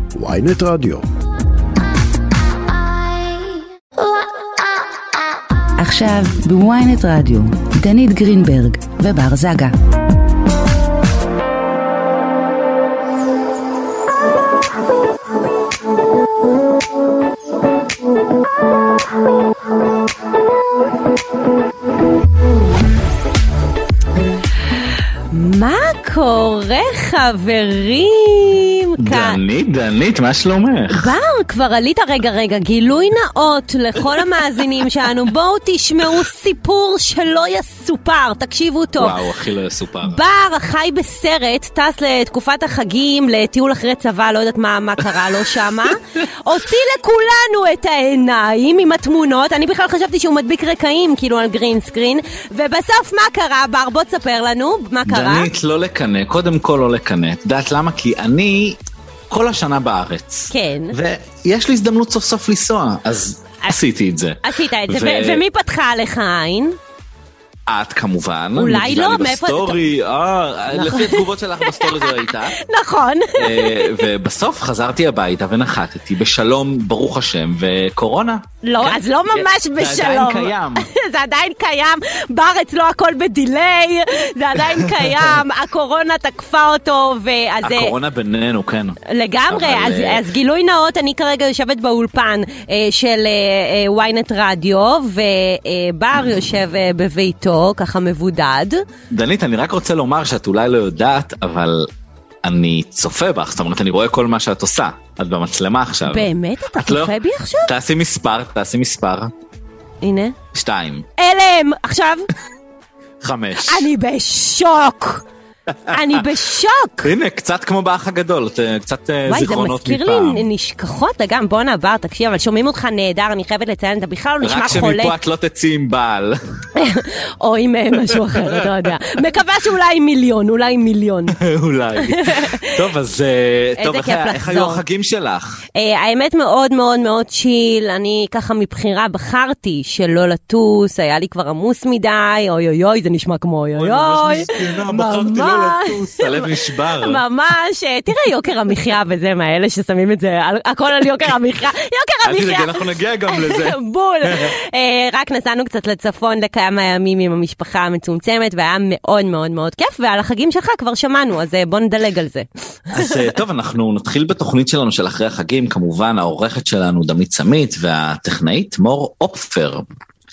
ynet רדיו. עכשיו בוויינט רדיו, דנית גרינברג ובר זגה. מה קורה חברים? דנית, מה שלומך? בר, כבר עלית רגע, גילוי נאות לכל המאזינים שלנו, בואו תשמעו סיפור שלא יסופר, תקשיבו טוב. וואו, הכי לא יסופר. בר חי בסרט, טס לתקופת החגים, לטיול אחרי צבא, לא יודעת מה קרה לו שמה, הוציא לכולנו את העיניים עם התמונות, אני בכלל חשבתי שהוא מדביק רקעים, כאילו על גרין סקרין, ובסוף מה קרה? בר, בוא תספר לנו, מה קרה? דנית, לא לקנה, קודם כל לא לקנה. יודעת למה? כי אני כל השנה בארץ. כן. ויש לי הזדמנות סוף סוף לנסוע, אז עשיתי את זה. עשית את זה, ומי פתחה לך עין? את כמובן. אולי לא, מאיפה... בסטורי, לפי התגובות שלך בסטורי זה הייתה. נכון. ובסוף חזרתי הביתה ונחתתי בשלום, ברוך השם, וקורונה. לא, אז לא ממש בשלום. זה עדיין קיים. זה עדיין קיים, בארץ לא הכל בדיליי, זה עדיין קיים, הקורונה תקפה אותו, הקורונה בינינו, כן. לגמרי, אז גילוי נאות, אני כרגע יושבת באולפן של ynet רדיו, ובר יושב בביתו, ככה מבודד. דנית, אני רק רוצה לומר שאת אולי לא יודעת, אבל אני צופה בך, זאת אומרת, אני רואה כל מה שאת עושה. את במצלמה עכשיו. באמת? אתה צופה בי עכשיו? תעשי מספר. הנה. 2. אלם, עכשיו? 5. אני בשוק. אני בשוק. הנה, קצת כמו באח הגדול, קצת זיכרונות מפעם. וואי, זה מזכיר לי נשכחות גם, בוא נעבר, תקשיב, אבל שומעים אותך נהדר, אני חייבת לציין, אתה בכלל לא נשמע חולה. רק שמפה את לא תצאי עם בעל. או עם משהו אחר, אתה יודע. מקווה שאולי מיליון. אולי. טוב, אז איך היו החגים שלך? האמת מאוד מאוד מאוד צ'יל, אני ככה מבחירה בחרתי שלא לטוס, היה לי כבר עמוס מדי, אוי, זה נשמע כמו אוי. הלב נשבר. ממש, תראה יוקר המחיה וזה מהאלה ששמים את זה, הכל על יוקר המחיה. אנחנו נגיע גם לזה. בול. רק נסענו קצת לצפון לכמה ימים עם המשפחה המצומצמת, והיה מאוד מאוד מאוד כיף, ועל החגים שלך כבר שמענו, אז בוא נדלג על זה. אז טוב, אנחנו נתחיל בתוכנית שלנו של אחרי החגים, כמובן העורכת שלנו דמית סמית, והטכנאית מור אופפר.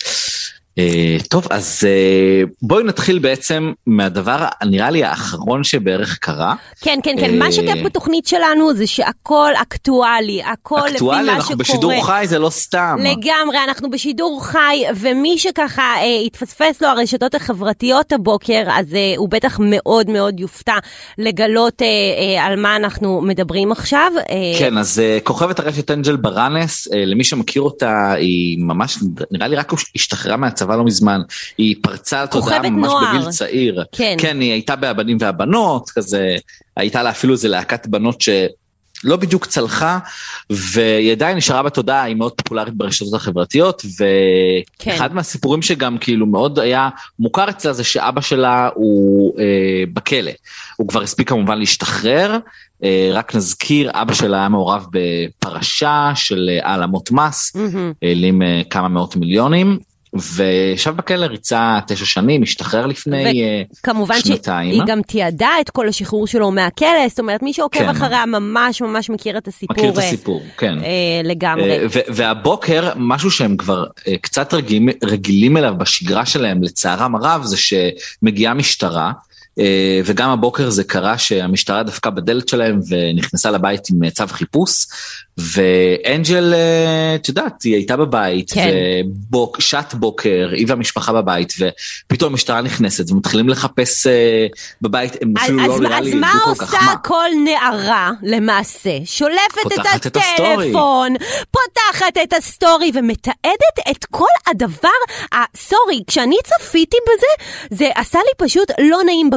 טוב, אז בואי נתחיל בעצם מהדבר, נראה לי האחרון שבערך קרה. כן, מה שכיף בתוכנית שלנו זה שהכל אקטואלי, הכל לפי מה שקורה. אקטואלי, אנחנו בשידור חי, זה לא סתם. לגמרי, אנחנו בשידור חי, ומי שככה התפספס לו הרשתות החברתיות הבוקר, אז הוא בטח מאוד מאוד יופתע לגלות על מה אנחנו מדברים עכשיו. כן, אז כוכבת הרשת אנג'ל ברנס, למי שמכיר אותה, היא ממש, נראה לי רק השתחררה מהצבא לא מזמן, היא פרצה על תודעה ממש בגיל צעיר. כן, היא הייתה בהבנים והבנות, כזה, הייתה לה אפילו איזה להקת בנות שלא בדיוק צלחה, והיא עדיין נשארה בתודעה, היא מאוד פופולרית ברשתות החברתיות, ואחד מהסיפורים שגם כאילו מאוד היה מוכר אצלה, זה שאבא שלה הוא בכלא. הוא כבר הספיק כמובן להשתחרר, רק נזכיר, אבא שלה היה מעורב בפרשה של העלמות מס, העלים כמה מאות מיליונים, ושב בכלא ריצה 9 שנים, השתחרר לפני שנתיים. כמובן שהיא גם תיעדה את כל השחרור שלו מהכלא, זאת אומרת, מי שעוקב אחריה ממש ממש מכיר את הסיפור. מכיר את הסיפור, כן. לגמרי. והבוקר, משהו שהם כבר קצת רגילים אליו בשגרה שלהם, לצערם הרב, זה שמגיעה משטרה, וגם הבוקר זה קרה שהמשטרה דפקה בדלת שלהם ונכנסה לבית עם צו חיפוש, ואנג'ל, את יודעת, היא הייתה בבית, שעת בוקר, היא והמשפחה בבית, ופתאום המשטרה נכנסת ומתחילים לחפש בבית, הם אפילו לא נראה לי אז מה עושה כל נערה למעשה? שולפת את הטלפון, פותחת את הסטורי ומתעדת את כל הדבר, סורי, כשאני צפיתי בזה, זה עשה לי פשוט לא נעים בגוף.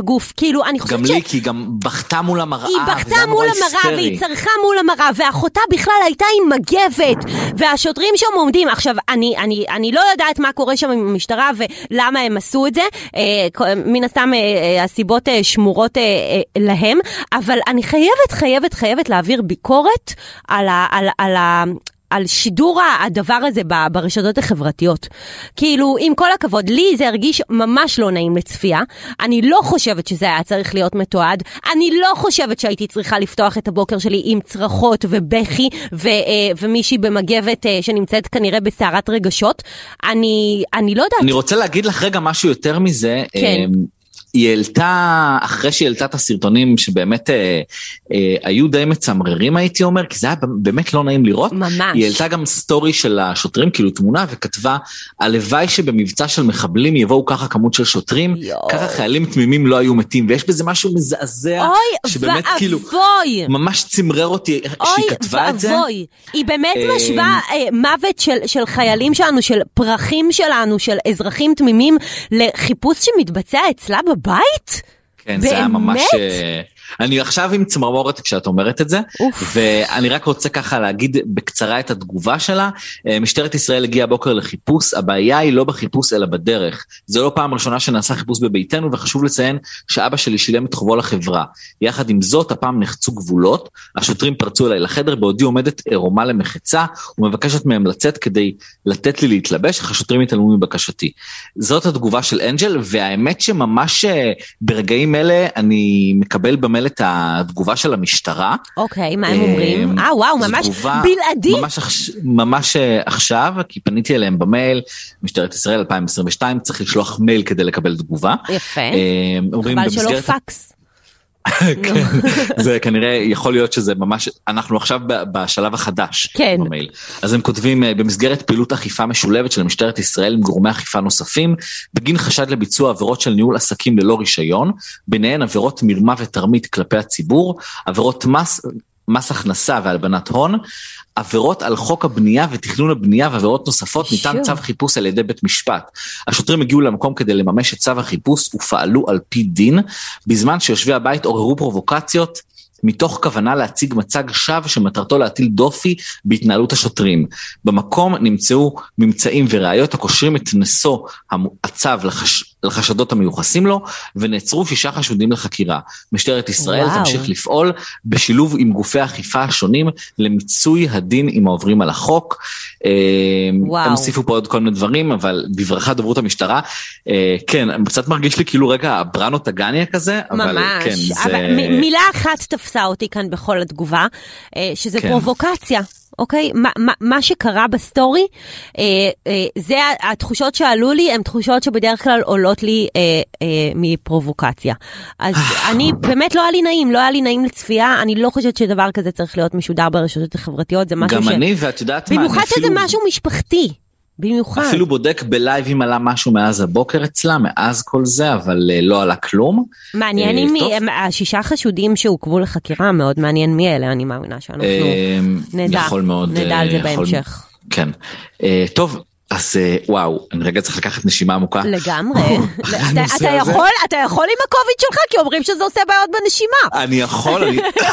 בגוף, כאילו, אני חושבת גם לי, כי היא גם בכתה מול המראה. היא בכתה מול המראה, והיא צרחה מול המראה, ואחותה בכלל הייתה עם מגבת, והשוטרים שם עומדים. עכשיו, אני לא יודעת מה קורה שם עם המשטרה, ולמה הם עשו את זה, מן הסתם הסיבות שמורות להם, אבל אני חייבת להעביר ביקורת על שידור הדבר הזה ברשתות החברתיות. כאילו, עם כל הכבוד, לי זה הרגיש ממש לא נעים לצפייה. אני לא חושבת שזה היה צריך להיות מתועד. אני לא חושבת שהייתי צריכה לפתוח את הבוקר שלי עם צרחות ובכי ומישהי במגבת שנמצאת כנראה בסערת רגשות. אני לא יודעת. אני רוצה להגיד לך רגע משהו יותר מזה. כן. היא העלתה, אחרי שהיא העלתה את הסרטונים שבאמת היו די מצמררים הייתי אומר, כי זה היה באמת לא נעים לראות. ממש. היא העלתה גם סטורי של השוטרים, כאילו תמונה, וכתבה, הלוואי שבמבצע של מחבלים יבואו ככה כמות של שוטרים, ככה חיילים תמימים לא היו מתים, ויש בזה משהו מזעזע, שבאמת כאילו, ממש צמרר אותי שהיא כתבה את זה. היא באמת משווה מוות של חיילים שלנו, של פרחים שלנו, של אזרחים תמימים, לחיפוש שמתבצע אצלה בבית? כן, באמת? זה היה ממש... אני עכשיו עם צמרמורת כשאת אומרת את זה, ואני רק רוצה ככה להגיד בקצרה את התגובה שלה. משטרת ישראל הגיעה הבוקר לחיפוש, הבעיה היא לא בחיפוש אלא בדרך. זה לא פעם ראשונה שנעשה חיפוש בביתנו, וחשוב לציין שאבא שלי שילם את חובו לחברה. יחד עם זאת, הפעם נחצו גבולות, השוטרים פרצו אליי לחדר, בעודי עומדת עירומה למחצה, ומבקשת מהם לצאת כדי לתת לי להתלבש, אך השוטרים התעלמו מבקשתי. זאת התגובה של אנג'ל, והאמת שממש ברגעים אלה אני מקבל במייל את התגובה של המשטרה. אוקיי, מה הם אומרים? וואו, ממש בלעדי. ממש עכשיו, כי פניתי אליהם במייל, משטרת ישראל 2022, צריך לשלוח מייל כדי לקבל תגובה. יפה. אבל שלא פקס. כן, זה כנראה יכול להיות שזה ממש, אנחנו עכשיו בשלב החדש במייל. אז הם כותבים, במסגרת פעילות אכיפה משולבת של משטרת ישראל עם גורמי אכיפה נוספים, בגין חשד לביצוע עבירות של ניהול עסקים ללא רישיון, ביניהן עבירות מרמה ותרמית כלפי הציבור, עבירות מס הכנסה והלבנת הון, עבירות על חוק הבנייה ותכנון הבנייה ועבירות נוספות, ניתן צו חיפוש על ידי בית משפט. השוטרים הגיעו למקום כדי לממש את צו החיפוש ופעלו על פי דין, בזמן שיושבי הבית עוררו פרובוקציות, מתוך כוונה להציג מצג שווא שמטרתו להטיל דופי בהתנהלות השוטרים. במקום נמצאו ממצאים וראיות הקושרים את נשוא הצו לחשדות המיוחסים לו, ונעצרו 6 חשודים לחקירה. משטרת ישראל תמשיך לפעול בשילוב עם גופי האכיפה השונים למיצוי הדין עם העוברים על החוק. הם הוסיפו פה עוד כל מיני דברים, אבל בברכה דוברות המשטרה, כן, קצת מרגיש לי כאילו רגע בראנו טגניה כזה, אבל כן, זה... מילה אחת תפסה אותי כאן בכל התגובה, שזה פרובוקציה. אוקיי, מה שקרה בסטורי, זה התחושות שעלו לי, הן תחושות שבדרך כלל עולות לי מפרובוקציה. אז אני, באמת לא היה לי נעים לצפייה, אני לא חושבת שדבר כזה צריך להיות משודר ברשתות החברתיות, זה משהו גם אני, ואת יודעת מה, במיוחד שזה משהו משפחתי. במיוחד. אפילו בודק בלייב אם עלה משהו מאז הבוקר אצלה, מאז כל זה, אבל לא עלה כלום. מעניין אם 6 חשודים שהוקבו לחקירה, מאוד מעניין מי אלה, אני מאמינה שאנחנו נדע על זה בהמשך. כן. טוב, אז וואו, אני רגע צריך לקחת נשימה עמוקה. לגמרי. אתה יכול עם הקוביד שלך, כי אומרים שזה עושה בעיות בנשימה. אני יכול,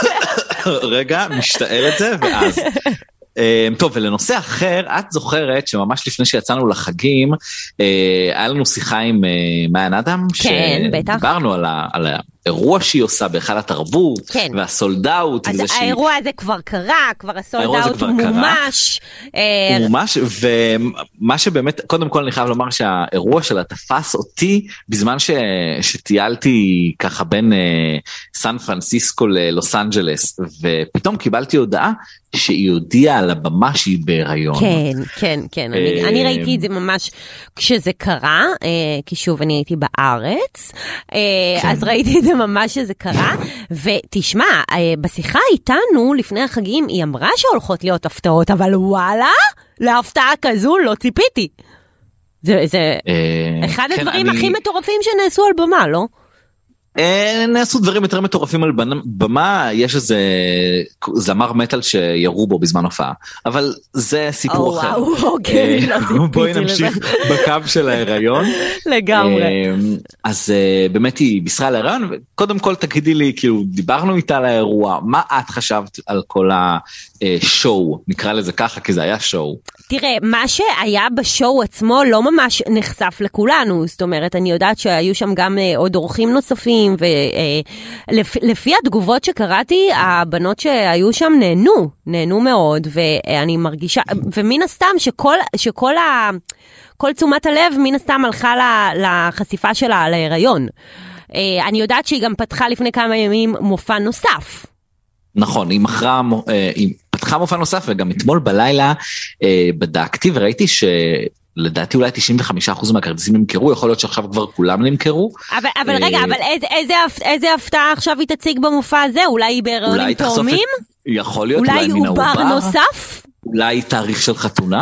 רגע, משתער את זה, ואז... טוב, ולנושא אחר, את זוכרת שממש לפני שיצאנו לחגים, היה לנו שיחה עם מעיין אדם, כן, בטח. שדיברנו על האירוע שהיא עושה בהיכל התרבות, כן. והסולדאוט. אז האירוע הזה כבר קרה, כבר הסולדאוט מומש. מומש, ומה שבאמת, קודם כל אני חייב לומר שהאירוע שלה תפס אותי, בזמן שטיילתי ככה בין סן פרנסיסקו ללוס אנג'לס, ופתאום קיבלתי הודעה, שהיא הודיעה על הבמה שהיא בהיריון. כן. אני ראיתי את זה ממש כשזה קרה, כי שוב אני הייתי בארץ, אז ראיתי את זה ממש שזה קרה, ותשמע, בשיחה איתנו לפני החגים, היא אמרה שהולכות להיות הפתעות, אבל וואלה, להפתעה כזו לא ציפיתי. זה אחד הדברים הכי מטורפים שנעשו על במה, לא? נעשו דברים יותר מטורפים על במה, יש איזה זמר מטל שירו בו בזמן הופעה, אבל זה סיפור אחר. בואי נמשיך בקו של ההיריון. לגמרי. אז באמת היא בישרה על ההיריון, וקודם כל תגידי לי, כאילו דיברנו איתה על האירוע, מה את חשבת על כל השואו, נקרא לזה ככה, כי זה היה שואו. תראה, מה שהיה בשואו עצמו לא ממש נחשף לכולנו, זאת אומרת, אני יודעת שהיו שם גם עוד אורחים נוספים, ולפי התגובות שקראתי, הבנות שהיו שם נהנו מאוד, ואני מרגישה, ומן הסתם שכל תשומת הלב מן הסתם הלכה לחשיפה שלה להיריון. אני יודעת שהיא גם פתחה לפני כמה ימים מופע נוסף. נכון, היא פתחה מופע נוסף, וגם אתמול בלילה בדקתי וראיתי לדעתי אולי 95% מהכרטיסים נמכרו, יכול להיות שעכשיו כבר כולם נמכרו. אבל רגע, אבל איזה הפתעה עכשיו היא תציג במופע הזה? אולי היא בהיריון עם תאומים? יכול להיות, אולי מן העובר. אולי עובר נוסף? אולי תאריך של חתונה?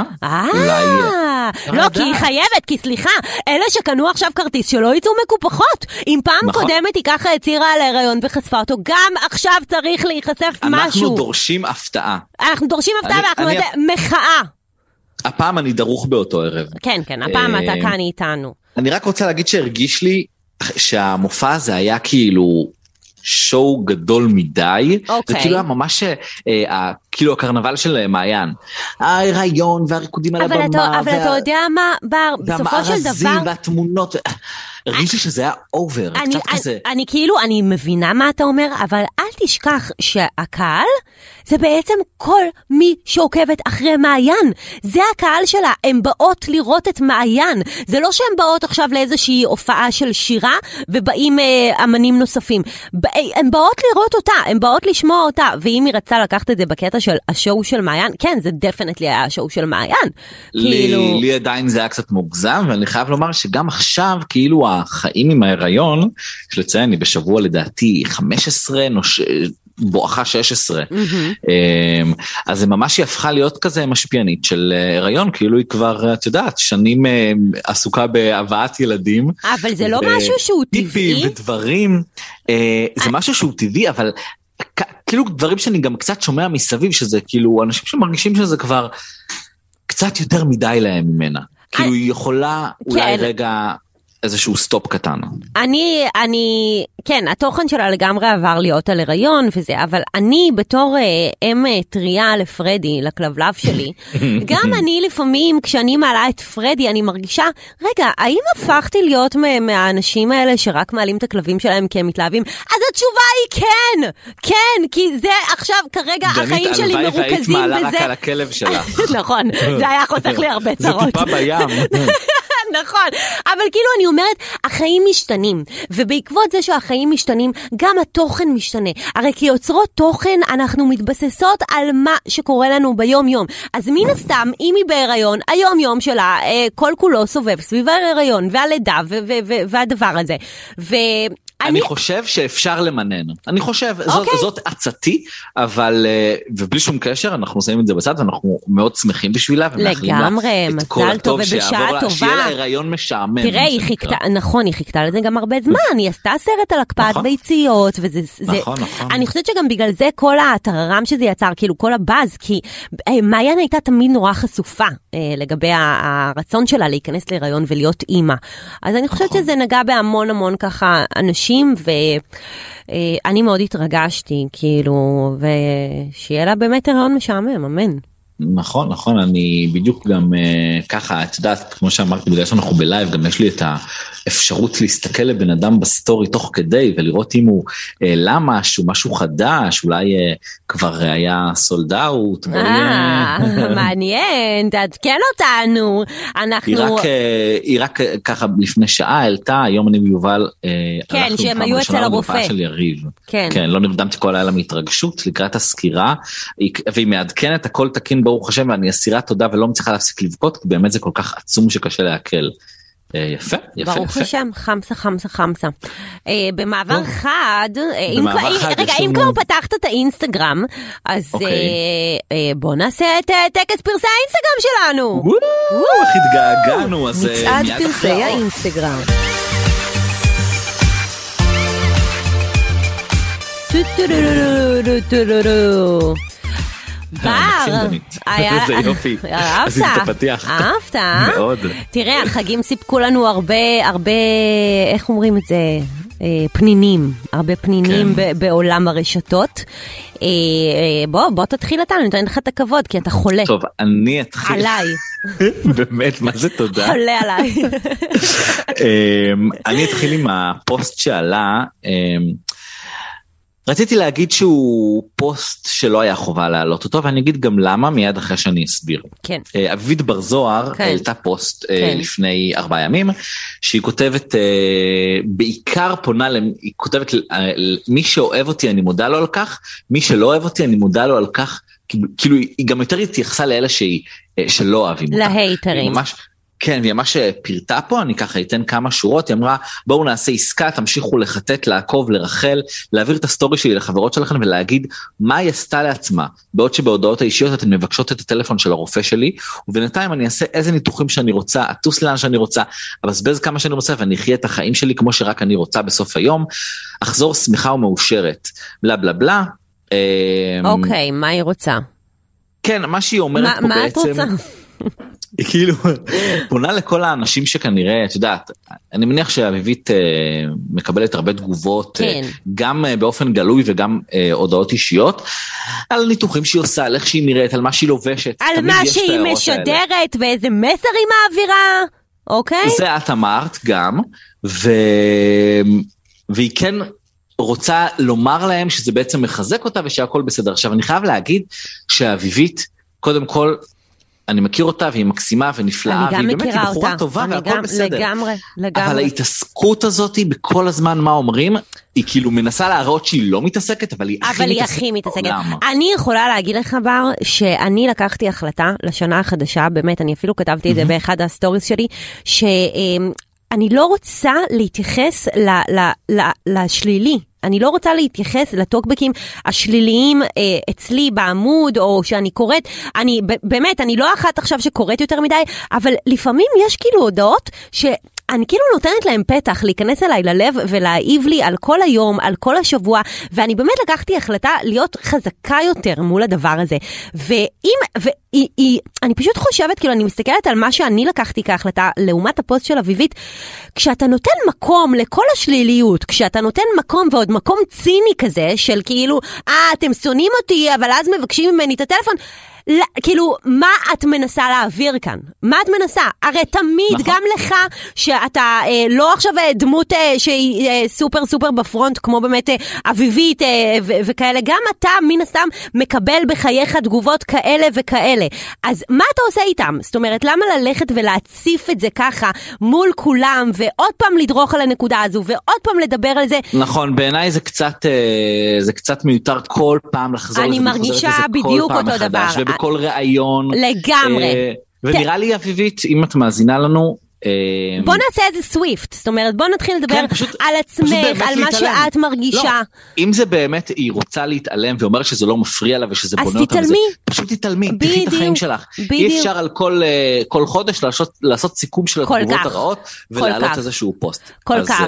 לא, כי היא חייבת, כי סליחה, אלה שקנו עכשיו כרטיס שלא יצאו מקופחות. אם פעם קודמת היא ככה הצירה על ההיריון וחשפה אותו, גם עכשיו צריך להיחשף משהו. אנחנו דורשים הפתעה. אנחנו דורשים הפתעה ואנחנו מחאה. הפעם אני דרוך באותו ערב. כן, הפעם אתה כאן איתנו. אני רק רוצה להגיד שהרגיש לי שהמופע הזה היה כאילו שואו גדול מדי. זה כאילו היה ממש כאילו הקרנבל של מעיין. ההיריון והריקודים על הבמה. אבל אתה יודע מה, בר, בסופו של דבר... והמארזים והתמונות... הרגיש לי שזה היה אובר, קצת כזה. אני מבינה מה אתה אומר, אבל אל תשכח שהקהל זה בעצם כל מי שעוקבת אחרי מעיין. זה הקהל שלה, הם באות לראות את מעיין. זה לא שהן באות עכשיו לאיזושהי הופעה של שירה, ובאים אמנים נוספים. הן באות לראות אותה, הן באות לשמוע אותה, ואם היא רצה לקחת את זה בקטע של השואו של מעיין, כן, זה דפנטלי היה השואו של מעיין. לי עדיין זה היה קצת מוגזם, ואני חייב לומר שגם עכשיו, כאילו החיים עם ההיריון, יש לציין, היא בשבוע לדעתי 15, בואכה 16. אז זה ממש היא הפכה להיות כזה משפיענית של היריון, כאילו היא כבר, את יודעת, שנים עסוקה בהבאת ילדים. אבל זה לא משהו שהוא טבעי? ודברים, זה משהו שהוא טבעי, אבל כאילו דברים שאני גם קצת שומע מסביב, שזה כאילו אנשים שמרגישים שזה כבר קצת יותר מדי להם ממנה. כאילו היא יכולה אולי רגע... איזשהו סטופ קטן. כן, התוכן שלה לגמרי עבר להיות על הריון וזה, אבל אני בתור אם טריה לפרדי, לכלבלב שלי, גם אני לפעמים כשאני מעלה את פרדי, אני מרגישה, רגע, האם הפכתי להיות מהאנשים האלה שרק מעלים את הכלבים שלהם כי הם מתלהבים? אז התשובה היא כן! כן, כי זה עכשיו כרגע החיים שלי מרוכזים בזה. והיית מעלה רק על הכלב שלך. נכון, זה היה חוסך לי הרבה צרות. זה טיפה בים. נכון, אבל כאילו אני אומרת, החיים משתנים, ובעקבות זה שהחיים משתנים, גם התוכן משתנה. הרי כיוצרות תוכן אנחנו מתבססות על מה שקורה לנו ביום יום. אז מן הסתם, אם היא בהיריון, היום יום שלה, כל כולו סובב סביב ההיריון, והלידה, והדבר הזה. אני חושב שאפשר למנן, אני חושב, זאת עצתי, אבל, ובלי שום קשר, אנחנו עושים את זה בצד, ואנחנו מאוד שמחים בשבילה, ומאחלים לה את כל הטוב שיעבור לה, שיהיה לה הריון משעמם. תראה, היא חיכתה, נכון, היא חיכתה לזה גם הרבה זמן, היא עשתה סרט על הקפאת ביציות, וזה, אני חושבת שגם בגלל זה כל הטררם שזה יצר, כאילו כל הבאז, כי מעיין הייתה תמיד נורא חשופה, לגבי הרצון שלה להיכנס להיריון ולהיות אימא. אז אני חושבת שזה נגע בהמון המון ככה אנשים, ואני מאוד התרגשתי, כאילו, ושיהיה לה באמת הריון משעמם, אמן. נכון, נכון, אני בדיוק גם ככה, את יודעת, כמו שאמרתי, בגלל שאנחנו בלייב, גם יש לי את האפשרות להסתכל לבן אדם בסטורי תוך כדי, ולראות אם הוא העלה משהו חדש, אולי כבר היה סולדאוט. מעניין, תעדכן אותנו. היא רק ככה לפני שעה העלתה, היום אני ויובל, כן, שהם היו אצל הרופא. של יריב. כן, לא נרדמתי כל הלילה מהתרגשות, לקראת הסקירה, והיא מעדכנת הכל תקין ברוך השם, ואני אסירה תודה ולא מצליחה להפסיק לבכות, כי באמת זה כל כך עצום שקשה להקל. יפה, יפה. ברוך השם, חמסה. במעבר חד, רגע, אם כבר פתחת את האינסטגרם, אז בוא נעשה את טקס פרסי האינסטגרם שלנו. איך התגעגענו, אז מצעד פרסי האינסטגרם. בר, איזה יופי, עשית את הפתיח. אהבת? מאוד. תראה, החגים סיפקו לנו הרבה, איך אומרים את זה? פנינים, הרבה פנינים בעולם הרשתות. בוא תתחיל אתה, אני נותן לך את הכבוד, כי אתה חולה. טוב, אני אתחיל. עליי. באמת, מה זה תודה? חולה עליי. אני אתחיל עם הפוסט שעלה. רציתי להגיד שהוא פוסט שלא היה חובה להעלות אותו, ואני אגיד גם למה, מיד אחרי שאני אסביר. כן. אביבית בר זוהר העלתה פוסט לפני 4 ימים, שהיא כותבת, בעיקר פונה, היא כותבת, מי שאוהב אותי אני מודה לו על כך, מי שלא אוהב אותי אני מודה לו על כך, כאילו היא גם יותר התייחסה לאלה שלא אוהבים אותה. להייטרים. כן, והיא ממש פירטה פה, אני ככה אתן כמה שורות, היא אמרה, בואו נעשה עסקה, תמשיכו לחטט, לעקוב, לרחל, להעביר את הסטורי שלי לחברות שלכם, ולהגיד מה היא עשתה לעצמה, בעוד שבהודעות האישיות אתן מבקשות את הטלפון של הרופא שלי, ובינתיים אני אעשה איזה ניתוחים שאני רוצה, אטוס לאן שאני רוצה, אבזבז כמה שאני רוצה, ואני אחיה את החיים שלי כמו שרק אני רוצה בסוף היום, אחזור שמחה ומאושרת, בלה בלה בלה. אוקיי, מה היא רוצה? כן, מה שהיא אומרת פה בעצם... מה את רוצה? היא כאילו פונה לכל האנשים שכנראה, את יודעת, אני מניח שאביבית מקבלת הרבה תגובות, גם באופן גלוי וגם הודעות אישיות, על ניתוחים שהיא עושה, על איך שהיא נראית, על מה שהיא לובשת. על מה שהיא משדרת ואיזה מסר היא מעבירה, אוקיי? זה את אמרת גם, והיא כן רוצה לומר להם שזה בעצם מחזק אותה ושהכל בסדר. עכשיו אני חייב להגיד שאביבית, קודם כל, אני מכיר אותה והיא מקסימה ונפלאה, והיא באמת היא בחורה טובה והכל בסדר. לגמרי. אבל ההתעסקות הזאת בכל הזמן מה אומרים, היא כאילו מנסה להראות שהיא לא מתעסקת, אבל היא הכי מתעסקת. אני יכולה להגיד לך בר, שאני לקחתי החלטה לשנה החדשה, באמת, אני אפילו כתבתי את זה באחד הסטוריס שלי, שאני לא רוצה להתייחס לשלילי. אני לא רוצה להתייחס לטוקבקים השליליים אצלי בעמוד, או שאני קוראת, באמת, אני לא אחת עכשיו שקוראת יותר מדי, אבל לפעמים יש כאילו הודעות אני כאילו נותנת להם פתח להיכנס אליי ללב ולהעיב לי על כל היום, על כל השבוע, ואני באמת לקחתי החלטה להיות חזקה יותר מול הדבר הזה. אני פשוט חושבת, כאילו אני מסתכלת על מה שאני לקחתי כהחלטה לעומת הפוסט של אביבית, כשאתה נותן מקום לכל השליליות, כשאתה נותן מקום ועוד מקום ציני כזה, של כאילו, אתם שונאים אותי, אבל אז מבקשים ממני את הטלפון, כאילו, מה את מנסה להעביר כאן? מה את מנסה? הרי תמיד, גם לך, שאתה לא עכשיו דמות שהיא סופר סופר בפרונט, כמו באמת אביבית וכאלה, גם אתה מן הסתם מקבל בחייך תגובות כאלה וכאלה. אז מה אתה עושה איתם? זאת אומרת, למה ללכת ולהציף את זה ככה מול כולם, ועוד פעם לדרוך על הנקודה הזו, ועוד פעם לדבר על זה? נכון, בעיניי זה קצת מיותר כל פעם לחזור לזה. אני מרגישה בדיוק אותו דבר. בכל ראיון. לגמרי. ונראה לי אביבית, אם את מאזינה לנו, בוא נעשה איזה סוויפט, זאת אומרת, בוא נתחיל לדבר על עצמך, על מה שאת מרגישה. אם זה באמת, היא רוצה להתעלם ואומרת שזה לא מפריע לה ושזה בונה אותה, פשוט תתעלמי, תחי את החיים שלך. אי אפשר על כל חודש לעשות סיכום של התגובות הרעות, ולהעלות איזשהו פוסט. כל כך,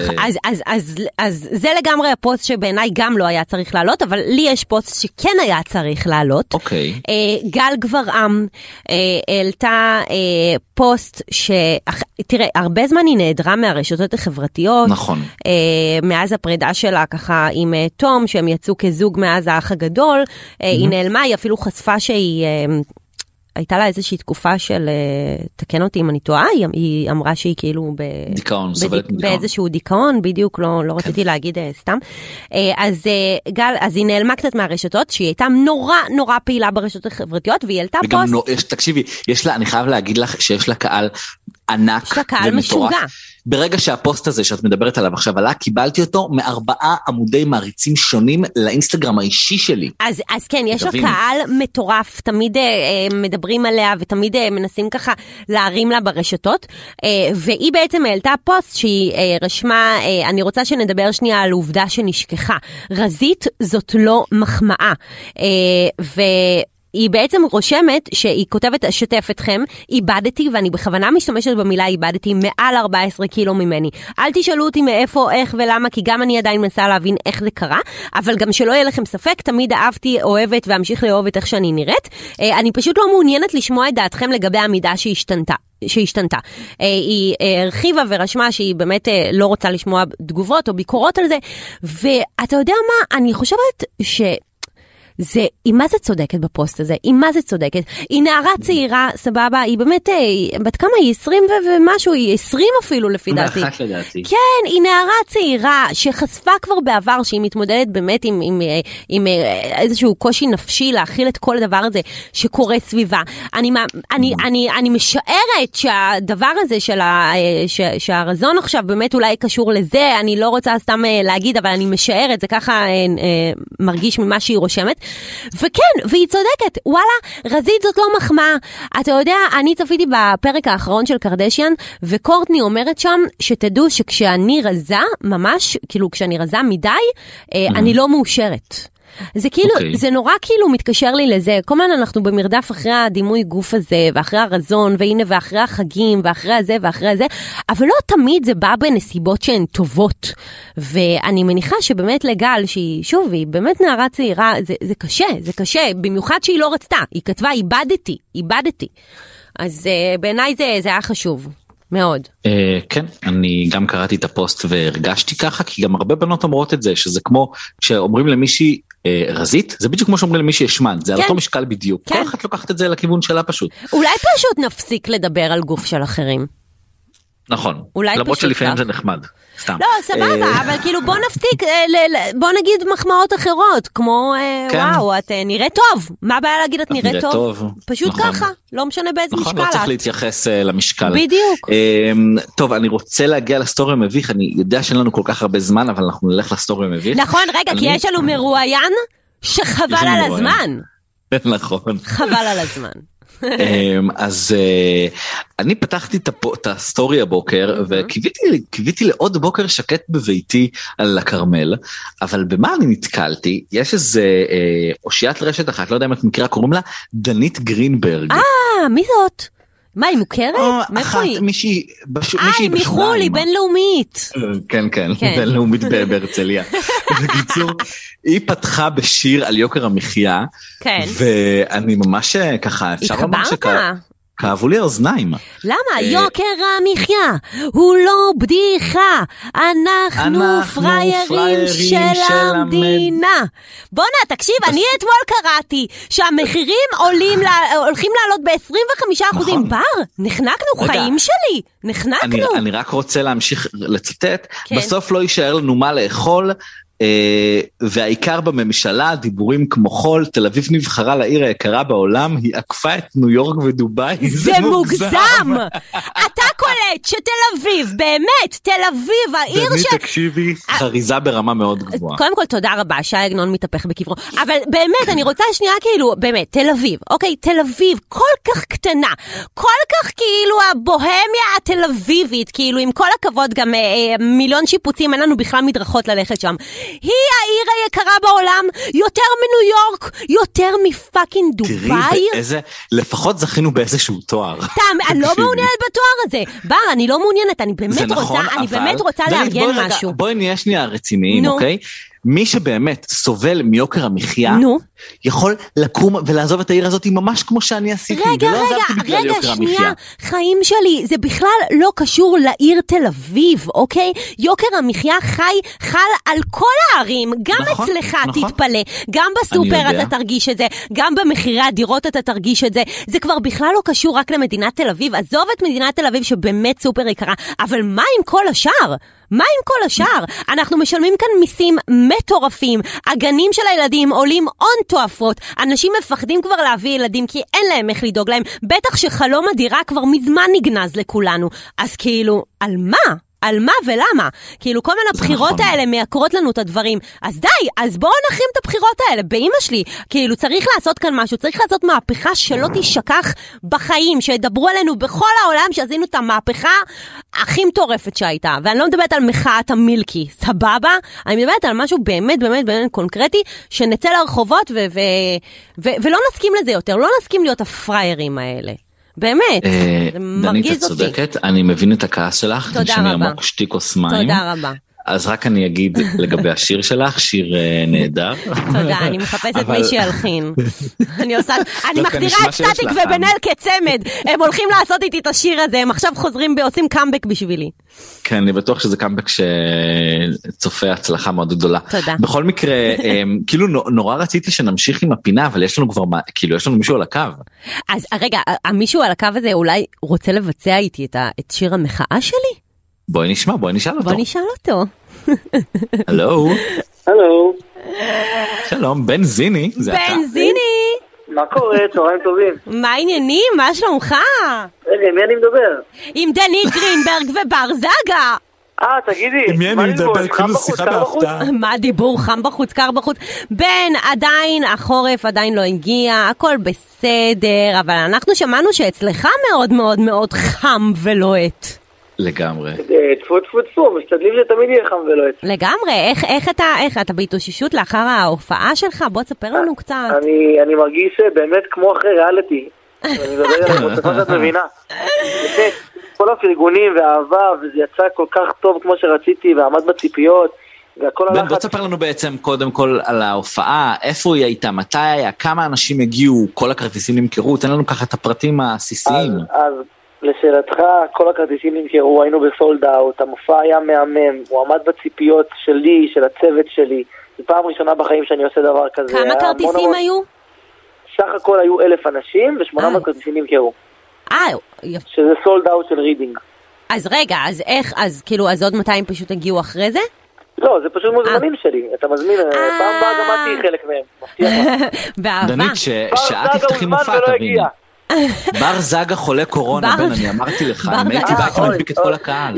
אז זה לגמרי הפוסט שבעיניי גם לא היה צריך לעלות, אבל לי יש פוסט שכן היה צריך לעלות. גל גברעם העלתה פוסט תראה, הרבה זמן היא נעדרה מהרשתות החברתיות. נכון. מאז הפרידה שלה ככה עם תום, שהם יצאו כזוג מאז האח הגדול, היא נעלמה, היא אפילו חשפה שהיא... הייתה לה איזושהי תקופה של, תקן אותי אם אני טועה, היא אמרה שהיא כאילו דיכאון, סובלת מדיכאון. באיזשהו דיכאון, בדיוק, לא רציתי להגיד סתם. אז גל, אז היא נעלמה קצת מהרשתות, שהיא הייתה נורא פעילה ברשתות החברתיות, והיא העלתה פוסט. תקשיבי, אני חייב להגיד לך שיש לה קהל ענק ומטורף. ברגע שהפוסט הזה שאת מדברת עליו עכשיו עלה, קיבלתי אותו מ4 עמודי מעריצים שונים לאינסטגרם האישי שלי. אז כן, יש לה קהל מטורף, תמיד מדברים עליה ותמיד מנסים ככה להרים לה ברשתות, והיא בעצם העלתה פוסט שהיא רשמה, אני רוצה שנדבר שנייה על עובדה שנשכחה. רזית זאת לא מחמאה, היא בעצם רושמת שהיא כותבת, אשתף אתכם, איבדתי, ואני בכוונה משתמשת במילה איבדתי, מעל 14 קילו ממני. אל תשאלו אותי מאיפה, איך ולמה, כי גם אני עדיין מנסה להבין איך זה קרה, אבל גם שלא יהיה לכם ספק, תמיד אהבתי, אוהבת ואמשיך לאהוב את איך שאני נראית. אני פשוט לא מעוניינת לשמוע את דעתכם לגבי המידה שהשתנתה. היא הרחיבה ורשמה שהיא באמת לא רוצה לשמוע תגובות או ביקורות על זה, ואתה יודע מה? אני חושבת היא מה זה צודקת בפוסט הזה? היא מה זה צודקת? היא נערה צעירה, סבבה, היא באמת, בת כמה היא? 20 ומשהו, היא 20 אפילו לפי דעתי. כן, היא נערה צעירה שחשפה כבר בעבר שהיא מתמודדת באמת עם איזשהו קושי נפשי להכיל את כל הדבר הזה שקורה סביבה. אני משערת שהדבר הזה שהרזון עכשיו באמת אולי קשור לזה, אני לא רוצה סתם להגיד, אבל אני משערת, זה ככה מרגיש ממה שהיא רושמת. וכן, והיא צודקת, וואלה, רזית זאת לא מחמאה. אתה יודע, אני צפיתי בפרק האחרון של קרדשיאן, וקורטני אומרת שם, שתדעו שכשאני רזה, ממש, כאילו כשאני רזה מדי, אני לא מאושרת. זה כאילו, זה נורא כאילו מתקשר לי לזה, כל הזמן אנחנו במרדף אחרי הדימוי גוף הזה, ואחרי הרזון, והנה ואחרי החגים, ואחרי הזה ואחרי הזה, אבל לא תמיד זה בא בנסיבות שהן טובות, ואני מניחה שבאמת לגל, שהיא, שוב, היא באמת נערה צעירה, זה קשה, במיוחד שהיא לא רצתה, היא כתבה, איבדתי, אז בעיניי זה היה חשוב. מאוד. כן, אני גם קראתי את הפוסט והרגשתי ככה, כי גם הרבה בנות אומרות את זה, שזה כמו שאומרים למישהי רזית, זה בדיוק כמו שאומרים למישהי השמן, זה על אותו משקל בדיוק, כל אחת לוקחת את זה לכיוון שלה פשוט. אולי פשוט נפסיק לדבר על גוף של אחרים. נכון, למרות שלפעמים זה נחמד. סתם. לא, סבבה, אבל כאילו בוא נפתיק, בוא נגיד מחמאות אחרות, כמו וואו, את נראית טוב. מה הבעיה להגיד את נראית טוב? פשוט ככה, לא משנה באיזה משקל. נכון, לא צריך להתייחס למשקל. בדיוק. טוב, אני רוצה להגיע לסטורי המביך, אני יודע שאין לנו כל כך הרבה זמן, אבל אנחנו נלך לסטורי המביך. נכון, רגע, כי יש לנו מרואיין שחבל על הזמן. נכון. חבל על הזמן. אז אני פתחתי את הסטורי הבוקר וקיוויתי לעוד בוקר שקט בביתי על הכרמל, אבל במה אני נתקלתי? יש איזה אושיית רשת אחת, לא יודע אם את מכירה, קוראים לה דנית גרינברג. מי זאת? מה, היא מוכרת? אחת, מישהי היא מחול, היא בינלאומית. כן, בינלאומית בהרצליה. בקיצור, היא פתחה בשיר על יוקר המחיה, ואני ממש ככה, אפשר לומר כאבו לי האוזניים. למה? יוקר המחיה הוא לא בדיחה, אנחנו פריירים של המדינה. בוא'נה, תקשיב, אני אתמול קראתי שהמחירים הולכים לעלות ב-25%. בר, נחנקנו, חיים שלי, נחנקנו. אני רק רוצה להמשיך לצטט, בסוף לא יישאר לנו מה לאכול, והעיקר בממשלה, דיבורים כמו חול, תל אביב נבחרה לעיר היקרה בעולם, היא עקפה את ניו יורק ודוביי, זה מוגזם. אתה קולט שתל אביב, באמת, תל אביב, העיר דנית, תקשיבי, חריזה ברמה מאוד גבוהה. קודם כל, תודה רבה, שי עגנון מתהפך בקברו, אבל באמת, אני רוצה שנייה כאילו, באמת, תל אביב, אוקיי, תל אביב, כל כך קטנה, כל כך כאילו הבוהמיה התל אביבית, כאילו עם כל הכבוד, גם מיליון שיפוצים, אין לנו בכלל מדרכות ללכת שם. היא העיר היקרה בעולם, יותר מניו יורק, יותר מפאקינג דוביי. תראי באיזה, לפחות זכינו באיזשהו תואר. אני לא מעוניינת בתואר הזה. בר, אני לא מעוניינת, אני באמת רוצה לארגן משהו. בואי נהיה שנייה רציניים, אוקיי? מי שבאמת סובל מיוקר המחיה, יכול לקום ולעזוב את העיר הזאת ממש כמו שאני עשיתי. רגע, שנייה, חיים שלי, זה בכלל לא קשור לעיר תל אביב, אוקיי? יוקר המחיה חל על כל הערים, גם אצלך תתפלא, גם בסופר אתה תרגיש את זה, גם במחירי הדירות אתה תרגיש את זה, זה כבר בכלל לא קשור רק למדינת תל אביב, עזוב את מדינת תל אביב שבאמת סופר יקרה, אבל מה עם כל השאר? מה עם כל השאר? אנחנו משלמים כאן מיסים מטורפים, הגנים של הילדים עולים הון תועפות, אנשים מפחדים כבר להביא ילדים כי אין להם איך לדאוג להם, בטח שחלום הדירה כבר מזמן נגנז לכולנו, אז כאילו, על מה? על מה ולמה? כאילו כל מיני הבחירות האלה מייקרות לנו את הדברים. אז די, אז בואו נחרים את הבחירות האלה, באמא שלי. כאילו צריך לעשות כאן משהו, צריך לעשות מהפכה שלא תשכח בחיים, שידברו עלינו בכל העולם שעשינו את המהפכה הכי מטורפת שהייתה. ואני לא מדברת על מחאת המילקי, סבבה? אני מדברת על משהו באמת באמת באמת קונקרטי, שנצא לרחובות ולא נסכים לזה יותר, לא נסכים להיות הפריירים האלה. באמת, זה מרגיז אותי. דנית, את צודקת, אני מבין את הכעס שלך, תנשמי עמוק, שתי כוס מים. תודה רבה. אז רק אני אגיד לגבי השיר שלך, שיר נהדר. תודה, אני מחפשת מי שילחין. אני מחדירה את סטטיק ובן אל כצמד, הם הולכים לעשות איתי את השיר הזה, הם עכשיו חוזרים ועושים קאמבק בשבילי. כן, אני בטוח שזה קאמבק שצופה הצלחה מאוד גדולה. תודה. בכל מקרה, כאילו נורא רציתי שנמשיך עם הפינה, אבל יש לנו כבר, כאילו יש לנו מישהו על הקו. אז רגע, המישהו על הקו הזה אולי רוצה לבצע איתי את שיר המחאה שלי? בואי נשמע, בואי נשאל אותו. בואי נשאל אותו. הלו. הלו. שלום, בן זיני. בן זיני. מה קורה? צהריים טובים. מה העניינים? מה שלומך? רגע, עם מי אני מדבר? עם דנית גרינברג ובר זגה. תגידי. עם מי אני מדבר? כאילו שיחה בהפתעה. מה דיבור? חם בחוץ, קר בחוץ. בן, עדיין, החורף עדיין לא הגיע, הכל בסדר, אבל אנחנו שמענו שאצלך מאוד מאוד מאוד חם ולוהט. לגמרי. תפו תפו תפו, משתדלים שתמיד יהיה חם ולוהט. לגמרי, איך אתה בהתאוששות לאחר ההופעה שלך? בוא תספר לנו קצת. אני מרגיש באמת כמו אחרי ריאליטי. אני מדבר על המוצפה שאת מבינה. כל הפרגונים והאהבה, וזה יצא כל כך טוב כמו שרציתי, ועמד בציפיות, והכל הלחץ. בוא תספר לנו בעצם קודם כל על ההופעה, איפה היא הייתה, מתי היה, כמה אנשים הגיעו, כל הכרטיסים נמכרו, תן לנו ככה את הפרטים העסיסיים. אז לשאלתך, כל הכרטיסים נמכרו, היינו בסולד אאוט, המופע היה מהמם, הוא עמד בציפיות שלי, של הצוות שלי, זו פעם ראשונה בחיים שאני עושה דבר כזה. כמה כרטיסים היו? סך הכל היו 1,000 אנשים, ו800 כרטיסים נמכרו. שזה סולד אאוט של רידינג. אז רגע, אז איך, אז כאילו, אז עוד 200 פשוט הגיעו אחרי זה? לא, זה פשוט מוזמנים שלי, אתה מזמין, פעם באה גם עתי חלק מהם, מבטיח לך. באהבה. דנית, שאת תפתחי מופע, תבין. בר זגה חולה קורונה, בן, אני אמרתי לך, הייתי באתי מדביק את כל הקהל.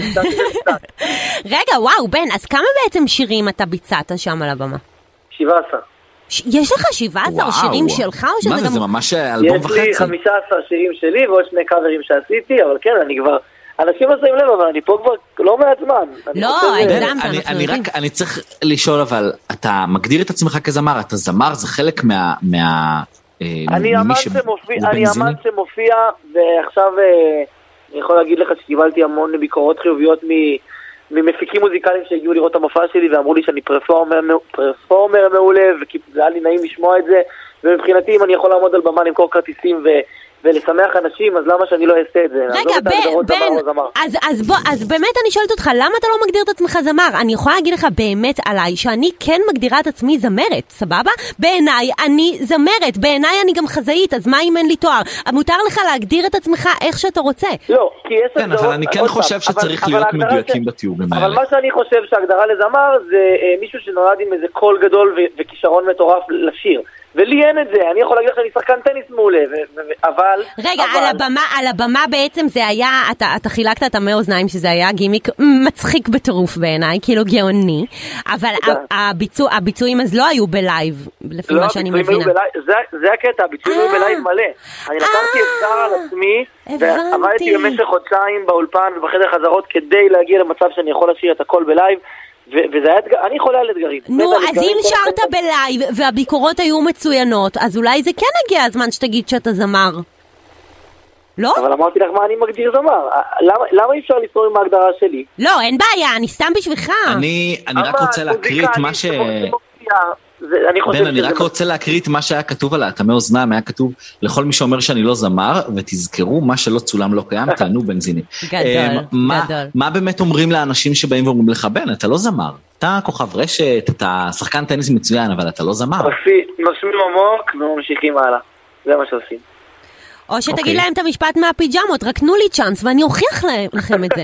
רגע, וואו, בן, אז כמה בעצם שירים אתה ביצעת שם על הבמה? 17. יש לך 17 שירים שלך או שזה גם... מה זה ממש אלבום וחצי? יש לי 15 שירים שלי ועוד 2 קאברים שעשיתי, אבל כן, אני כבר... אנשים עושים לב, אבל אני פה כבר לא מעט זמן. לא, הקדמת, אנחנו יודעים. אני צריך לשאול, אבל אתה מגדיר את עצמך כזמר, אתה זמר, זה חלק מה... אני אמן שמופיע, ועכשיו אני יכול להגיד לך שקיבלתי המון ביקורות חיוביות ממפיקים מוזיקליים שהגיעו לראות את המופע שלי ואמרו לי שאני פרפורמר מעולה, וזה היה לי נעים לשמוע את זה, ומבחינתי אם אני יכול לעמוד על במה למכור כרטיסים ולשמח אנשים, אז למה שאני לא אעשה את זה? רגע, בן, אז באמת אני שואלת אותך, למה אתה לא מגדיר את עצמך זמר? אני יכולה להגיד לך באמת עליי, שאני כן מגדירה את עצמי זמרת, סבבה? בעיניי אני זמרת, בעיניי אני גם חזאית, אז מה אם אין לי תואר? מותר לך להגדיר את עצמך איך שאתה רוצה. לא, כי יש כן, אבל אני כן חושב שצריך להיות מדויקים בתיאורים האלה. אבל מה שאני חושב שהגדרה לזמר זה מישהו שנולד עם איזה קול גדול וכישרון מטורף לשיר. ולי אין את זה, אני יכול להגיד לך שאני שחקן טניס מעולה, אבל... רגע, על הבמה בעצם זה היה, אתה חילקת את המאוזניים שזה היה גימיק מצחיק בטירוף בעיניי, כאילו גאוני, אבל הביצועים אז לא היו בלייב, לפי מה שאני מבינה. זה הקטע, הביצועים היו בלייב מלא. אני לקחתי אתגר על עצמי, ועבדתי במשך חודשיים באולפן ובחדר חזרות כדי להגיע למצב שאני יכול לשיר את הכל בלייב, וזה היה אתגר, אני יכולה על אתגרים. נו, אז אם שרת בלייב והביקורות היו מצוינות, אז אולי זה כן הגיע הזמן שתגיד שאתה זמר. לא? אבל אמרתי לך מה אני מגדיר זמר. למה אי אפשר לספור עם ההגדרה שלי? לא, אין בעיה, אני סתם בשבילך. אני רק רוצה להקריא את מה ש... בן, אני רק רוצה להקריא את מה שהיה כתוב על האטמי אוזניים, היה כתוב לכל מי שאומר שאני לא זמר, ותזכרו מה שלא צולם לא קיים, תענו בן זיני. גדול. מה באמת אומרים לאנשים שבאים ואומרים לך, בן, אתה לא זמר, אתה כוכב רשת, אתה שחקן טניס מצוין, אבל אתה לא זמר. נושמים עמוק וממשיכים הלאה, זה מה שעושים. או שתגיד להם את המשפט מהפיג'מות, רק תנו לי צ'אנס ואני אוכיח לכם את זה.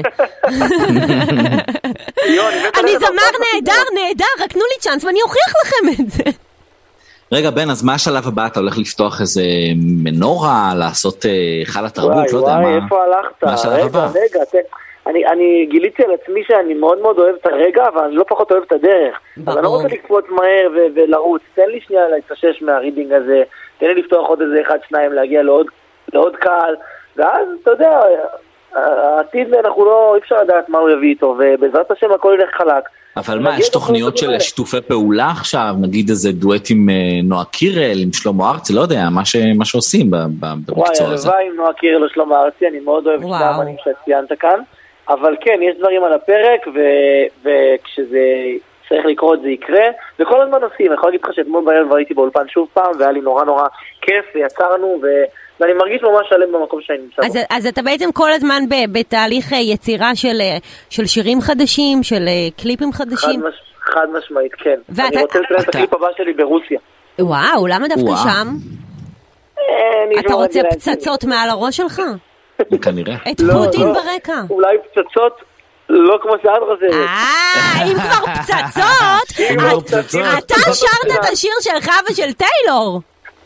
אני זמר נהדר, רק תנו לי צ'אנס ואני אוכיח לכם את זה. רגע בן, אז מה השלב הבא? אתה הולך לפתוח איזה מנורה, לעשות חל התרבות, לא יודע מה. וואי, איפה הלכת? רגע, אני גיליתי על עצמי שאני מאוד מאוד אוהב את הרגע, אבל אני לא פחות אוהב את הדרך. אז אני לא רוצה לקפוץ מהר ולרוץ. תן לי שנייה להתשש מהרידינג הזה, תן לי לפתוח עוד איזה 1-2, להגיע לעוד קהל, ואז, אתה יודע, העתיד אנחנו אי אפשר לדעת מה הוא יביא איתו, ובעזרת השם הכל ילך חלק. אבל מה, יש תוכניות של שיתופי פעולה עכשיו, נגיד איזה דואט עם נועה קירל, עם שלמה ארצי, לא יודע, מה שעושים במקצוע הזה. וואי, עם נועה קירל או שלמה ארצי, אני מאוד אוהב שני האמנים שציינת כאן, אבל כן, יש דברים על הפרק, וכשזה צריך לקרות זה יקרה, וכל הזמן עושים, אני יכול להגיד לך שאתמול בערב הייתי באולפן שוב פעם, והיה לי נורא נורא כיף, ויצרנו, ואני מרגיש ממש שלם במקום שאני נמצא בו. אז אתה בעצם כל הזמן בתהליך יצירה של שירים חדשים, של קליפים חדשים? חד משמעית, כן. אני רוצה לציין את הקליפ הבא שלי ברוסיה. וואו, למה דווקא שם? אתה רוצה פצצות מעל הראש שלך? כנראה. את פוטין ברקע. אולי פצצות, לא כמו שאת חושבת. אם כבר פצצות, אתה שרת את השיר שלך ושל טיילור.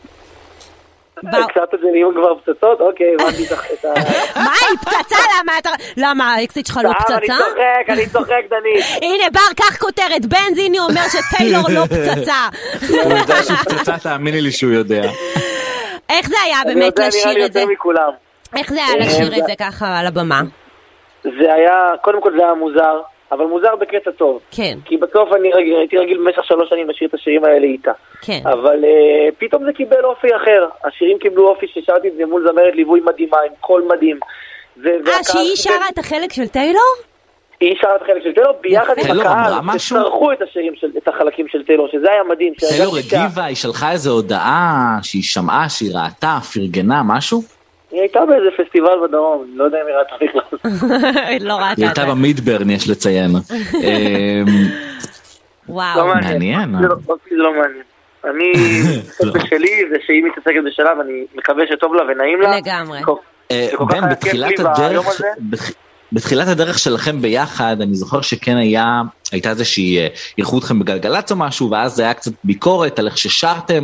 קצת את זה נהיים כבר פצצות? אוקיי, הבנתי את ה... מה היא פצצה? למה האקסיט שלך לא פצצה? אני צוחק, דנית. הנה בר, קח כותרת, בנזיני אומר שטיילור לא פצצה. הוא יודע שהוא פצצה, תאמיני לי שהוא יודע. איך זה היה באמת לשיר את זה? איך זה היה לשיר את זה ככה על הבמה? זה היה, קודם כל זה היה מוזר, אבל מוזר בקטע טוב. כן. כי בסוף אני הייתי רגיל במשך 3 שנים לשיר את השירים האלה איתה. כן. אבל פתאום זה קיבל אופי אחר. השירים קיבלו אופי ששרתי את זה מול זמרת ליווי מדהימה, עם קול מדהים. שהיא שרה את החלק של טיילור? היא שרה את החלק של טיילור, ביחד עם הקהל, שצרכו את השירים, את החלקים של טיילור, שזה היה מדהים. טיילור הגיבה, היא שלחה איזו הודעה שהיא שמעה, שהיא ראתה, פרגנה, משהו? היא הייתה באיזה פסטיבל בדרום, אני לא יודע אם היא ראתה בכלל. לא ראתה. היא הייתה במידברן, יש לציין. וואו. מעניין. זה לא מעניין. אני מתעסק בשלי, זה שהיא מתעסקת בשלה, ואני מקווה שטוב לה ונעים לה. לגמרי. בן, בתחילת הדרך שלכם ביחד, אני זוכר שכן הייתה איזושהי, אירחו אתכם בגלגלצ או משהו, ואז זה היה קצת ביקורת על איך ששרתם.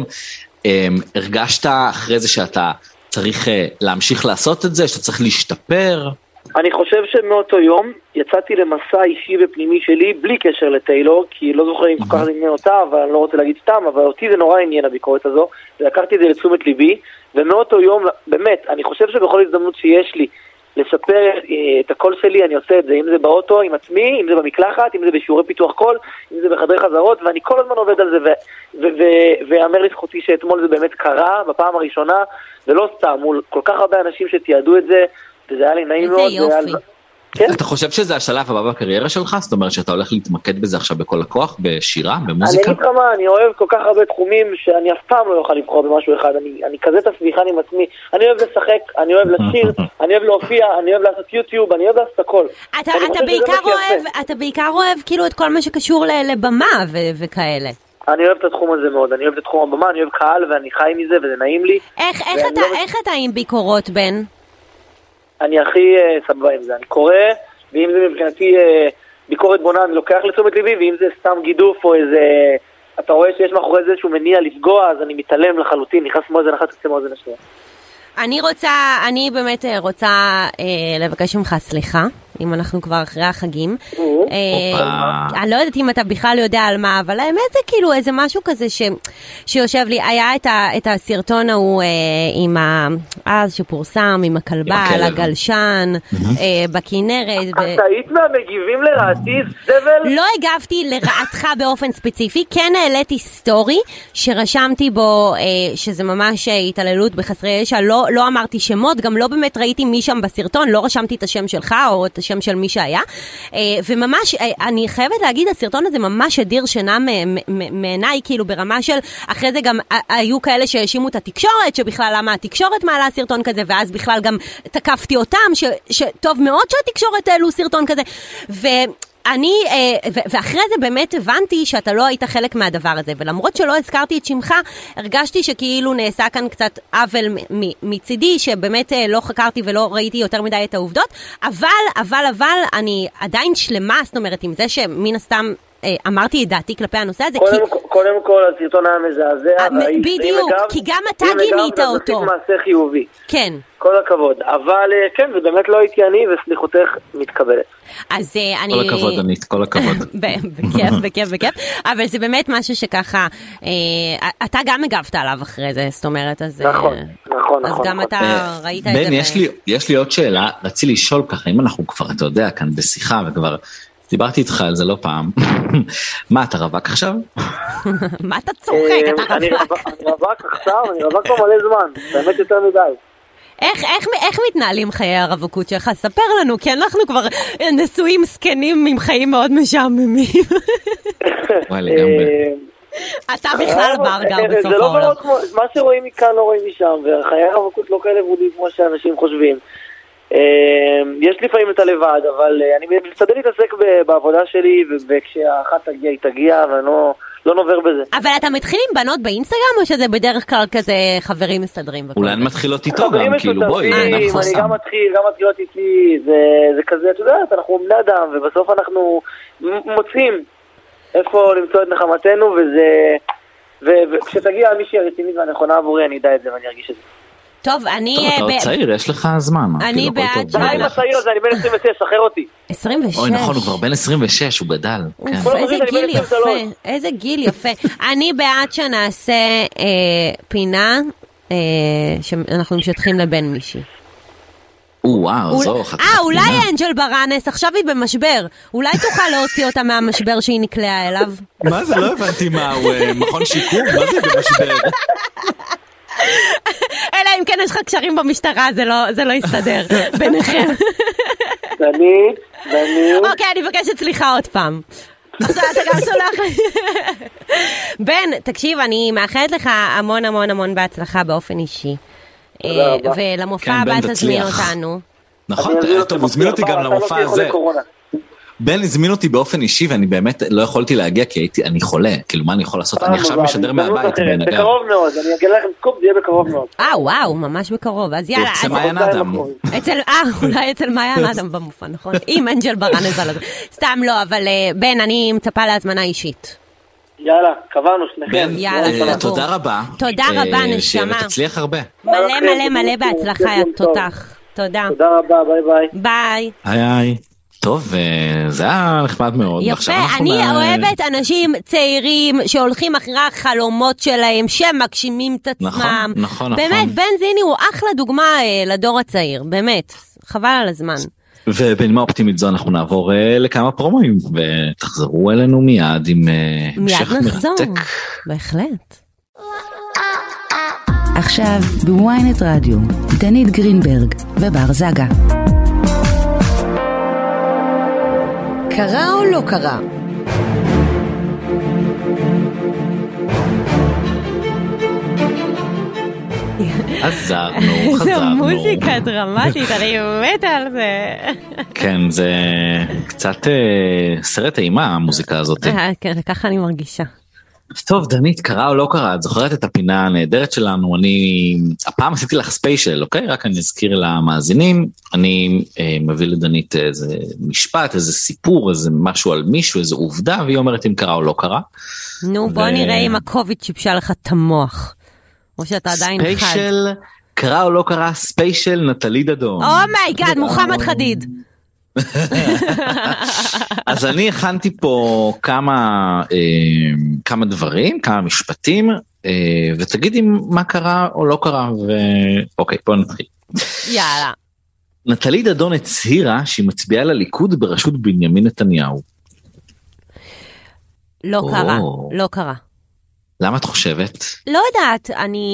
הרגשת אחרי זה שאתה צריך להמשיך לעשות את זה, שאתה צריך להשתפר? אני חושב שמאותו יום יצאתי למסע אישי ופנימי שלי, בלי קשר לטיילור, כי לא זוכר אם כל כך עניין אותה, אבל אני לא רוצה להגיד סתם, אבל אותי זה נורא עניין הביקורת הזו, ולקחתי את זה לתשומת ליבי, ומאותו יום, באמת, אני חושב שבכל הזדמנות שיש לי, לספר את הקול שלי, אני עושה את זה, אם זה באוטו, עם עצמי, אם זה במקלחת, אם זה בשיעורי פיתוח קול, אם זה בחדרי חזרות, ואני כל הזמן עובד על זה, ואמר לי זכותי שאתמול זה באמת קרה, בפעם הראשונה, ולא סתם, מול כל כך הרבה אנשים שתיעדו את זה, וזה היה לי נעים מאוד. איזה יופי. כן? אתה חושב שזה השלב הבא בקריירה שלך? זאת אומרת שאתה הולך להתמקד בזה עכשיו בכל הכוח, בשירה, במוזיקה? אני אגיד לך מה, אני אוהב כל כך הרבה תחומים שאני אף פעם לא יוכל לבחור במשהו אחד, אני כזה תסביכן עם עצמי, אני אוהב לשחק, אני אוהב לשיר, אני אוהב להופיע, אני אוהב לעשות יוטיוב, אני אוהב לעשות הכל. אתה בעיקר אוהב כאילו את כל מה שקשור לבמה וכאלה. אני אוהב את התחום הזה מאוד, אני אוהב את תחום הבמה, אני אוהב קהל ואני חי מזה וזה נעים לי. איך אתה עם ביקורות, בן? אני הכי סבבה עם זה, אני קורא, ואם זה מבחינתי ביקורת בונה, אני לוקח לתשומת ליבי, ואם זה סתם גידוף או איזה, אתה רואה שיש מאחורי זה שהוא מניע לפגוע, אז אני מתעלם לחלוטין, נכנס מאוזן אחת, קצה מאוזן השנייה. אני באמת רוצה לבקש ממך סליחה, אם אנחנו כבר אחרי החגים. אני לא יודעת אם אתה בכלל יודע על מה, אבל האמת זה כאילו איזה משהו כזה שיושב לי, היה את הסרטון ההוא אז שפורסם עם הכלבה על הגלשן בכנרת. את היית מהמגיבים לרעתי סבל? לא הגבתי לרעתך באופן ספציפי, כן העליתי סטורי שרשמתי בו שזה ממש התעללות בחסרי ישע, לא אמרתי שמות, גם לא באמת ראיתי מי שם בסרטון, לא רשמתי את השם שלך או את השם של מי שהיה, וממש אני חייבת להגיד, הסרטון הזה ממש הדיר שינה מעיניי, כאילו ברמה של, אחרי זה גם היו כאלה שהאשימו את התקשורת, שבכלל למה התקשורת מעלה סרטון כזה, ואז בכלל גם תקפתי אותם, שטוב מאוד שהתקשורת העלו סרטון כזה, ואחרי זה באמת הבנתי שאתה לא היית חלק מהדבר הזה, ולמרות שלא הזכרתי את שמך, הרגשתי שכאילו נעשה כאן קצת עוול מצידי, שבאמת לא חקרתי ולא ראיתי יותר מדי את העובדות, אבל אני עדיין שלמה, זאת אומרת, עם זה שמן הסתם אמרתי את דעתי כלפי הנושא הזה. קודם כל, הסרטון היה מזעזע. בדיוק, כי גם אתה גינית אותו. זה מעשה חיובי. כן. כל הכבוד. אבל כן, זה באמת לא הייתי אני, וסליחותך מתקבלת. אז אני... כל הכבוד, ענית, כל הכבוד. בכיף. אבל זה באמת משהו שככה, אתה גם הגבת עליו אחרי זה, זאת אומרת, אז... נכון. אז גם אתה ראית את זה. בן, יש לי עוד שאלה, רציתי לשאול ככה, אם אנחנו כבר, אתה יודע, כאן בשיחה, וכבר דיברתי איתך על זה לא פעם, מה, אתה רווק עכשיו? מה אתה צוחק, אתה רווק? אני רווק עכשיו, אני רווק כבר מלא זמן, באמת יותר מדי. איך מתנהלים חיי הרווקות שלך? ספר לנו, כי אנחנו כבר נשואים סקנים עם חיים מאוד משעממים. אתה בכלל בר גר בסוף העולם. מה שרואים מכאן לא רואים משם, וחיי הרווקות לא כאלה ורודים כמו שאנשים חושבים. יש לפעמים את הלבד, אבל אני משתדל להתעסק בעבודה שלי, וכשהאחת תגיע היא תגיע, ואני לא נובר בזה. אבל אתה מתחיל עם בנות באינסטגרם, או שזה בדרך כלל כזה חברים מסתדרים? אולי אני מתחילות איתו גם, כאילו בואי, אני גם מתחילות איתי, זה כזה, אתה יודעת, אנחנו בני אדם, ובסוף אנחנו מוצאים איפה למצוא את נחמתנו, וכשתגיע מישהי הרצינית והנכונה עבורי, אני אדע את זה ואני ארגיש את זה. טוב, אני... טוב, אתה עוד צעיר, יש לך זמן. אני בעד... די עם הצעיר הזה, אני בן 26, שחרר אותי. 26? אוי, נכון, הוא כבר בן 26, הוא גדל. איזה גיל יפה, איזה גיל יפה. אני בעד שנעשה פינה שאנחנו משטחים לבן מישהי. וואו, זו חתיכת פינה. אולי אנג'ל ברנס, עכשיו היא במשבר. אולי תוכל להוציא אותה מהמשבר שהיא נקלעה אליו? מה זה? לא הבנתי מה, הוא מכון שיקום? מה זה במשבר? אלא אם כן יש לך קשרים במשטרה, זה לא יסתדר ביניכם. דנית. אוקיי, אני מבקשת סליחה עוד פעם. עכשיו אתה גם סולח. בן, תקשיב, אני מאחלת לך המון המון המון בהצלחה באופן אישי. ולמופע הבא תזמין אותנו. נכון, טוב, הזמין אותי גם למופע הזה. בן הזמין אותי באופן אישי, ואני באמת לא יכולתי להגיע, כי אני חולה, כאילו מה אני יכול לעשות? אני עכשיו משדר מהבית, בן אגב. בקרוב מאוד, אני אגיד לכם סקופ, זה יהיה בקרוב מאוד. וואו, ממש בקרוב, אז יאללה. אצל מעיין אדם. אולי אצל מעיין אדם במופע, נכון? עם אנג'ל ברנס על זה. סתם לא, אבל בן, אני מצפה להזמנה אישית. יאללה, קבענו שניכם. יאללה, תודה רבה. תודה רבה, נשמה. שתצליח הרבה. מלא בהצלחה, יא תותח. תודה. תודה רבה, ביי. ביי. טוב, זה היה נחמד מאוד. יפה, אני אוהבת אנשים צעירים שהולכים אחרי החלומות שלהם, שמגשימים את עצמם. נכון. באמת, בן זיני הוא אחלה דוגמה לדור הצעיר, באמת, חבל על הזמן. ובנימה אופטימית זו אנחנו נעבור לכמה פרומואים, ותחזרו אלינו מיד עם המשך מרתק. מיד נחזור, בהחלט. עכשיו בוויינט רדיו, דנית גרינברג ובר זגה. קרה או לא קרה? חזרנו. זו מוזיקה דרמטית, אני מתה על זה. כן, זה קצת סרט אימה המוזיקה הזאת. כן, ככה אני מרגישה. טוב, דנית, קרה או לא קרה? את זוכרת את הפינה הנהדרת שלנו? הפעם עשיתי לך ספיישל, אוקיי? רק אני אזכיר למאזינים. אני מביא לדנית איזה משפט, איזה סיפור, איזה משהו על מישהו, איזה עובדה, והיא אומרת אם קרה או לא קרה. נו, בוא נראה אם הקוביד שיפשה לך את המוח. או שאתה עדיין חד. ספיישל, קרה או לא קרה, ספיישל נטלי דדון. אומייגאד, מוחמד חדיד. אז אני הכנתי פה כמה דברים, כמה משפטים, ותגידי מה קרה או לא קרה, אוקיי, בוא נתחיל. יאללה. נטלי דדון הצהירה שהיא מצביעה לליכוד בראשות בנימין נתניהו. לא קרה, לא קרה. למה את חושבת? לא יודעת,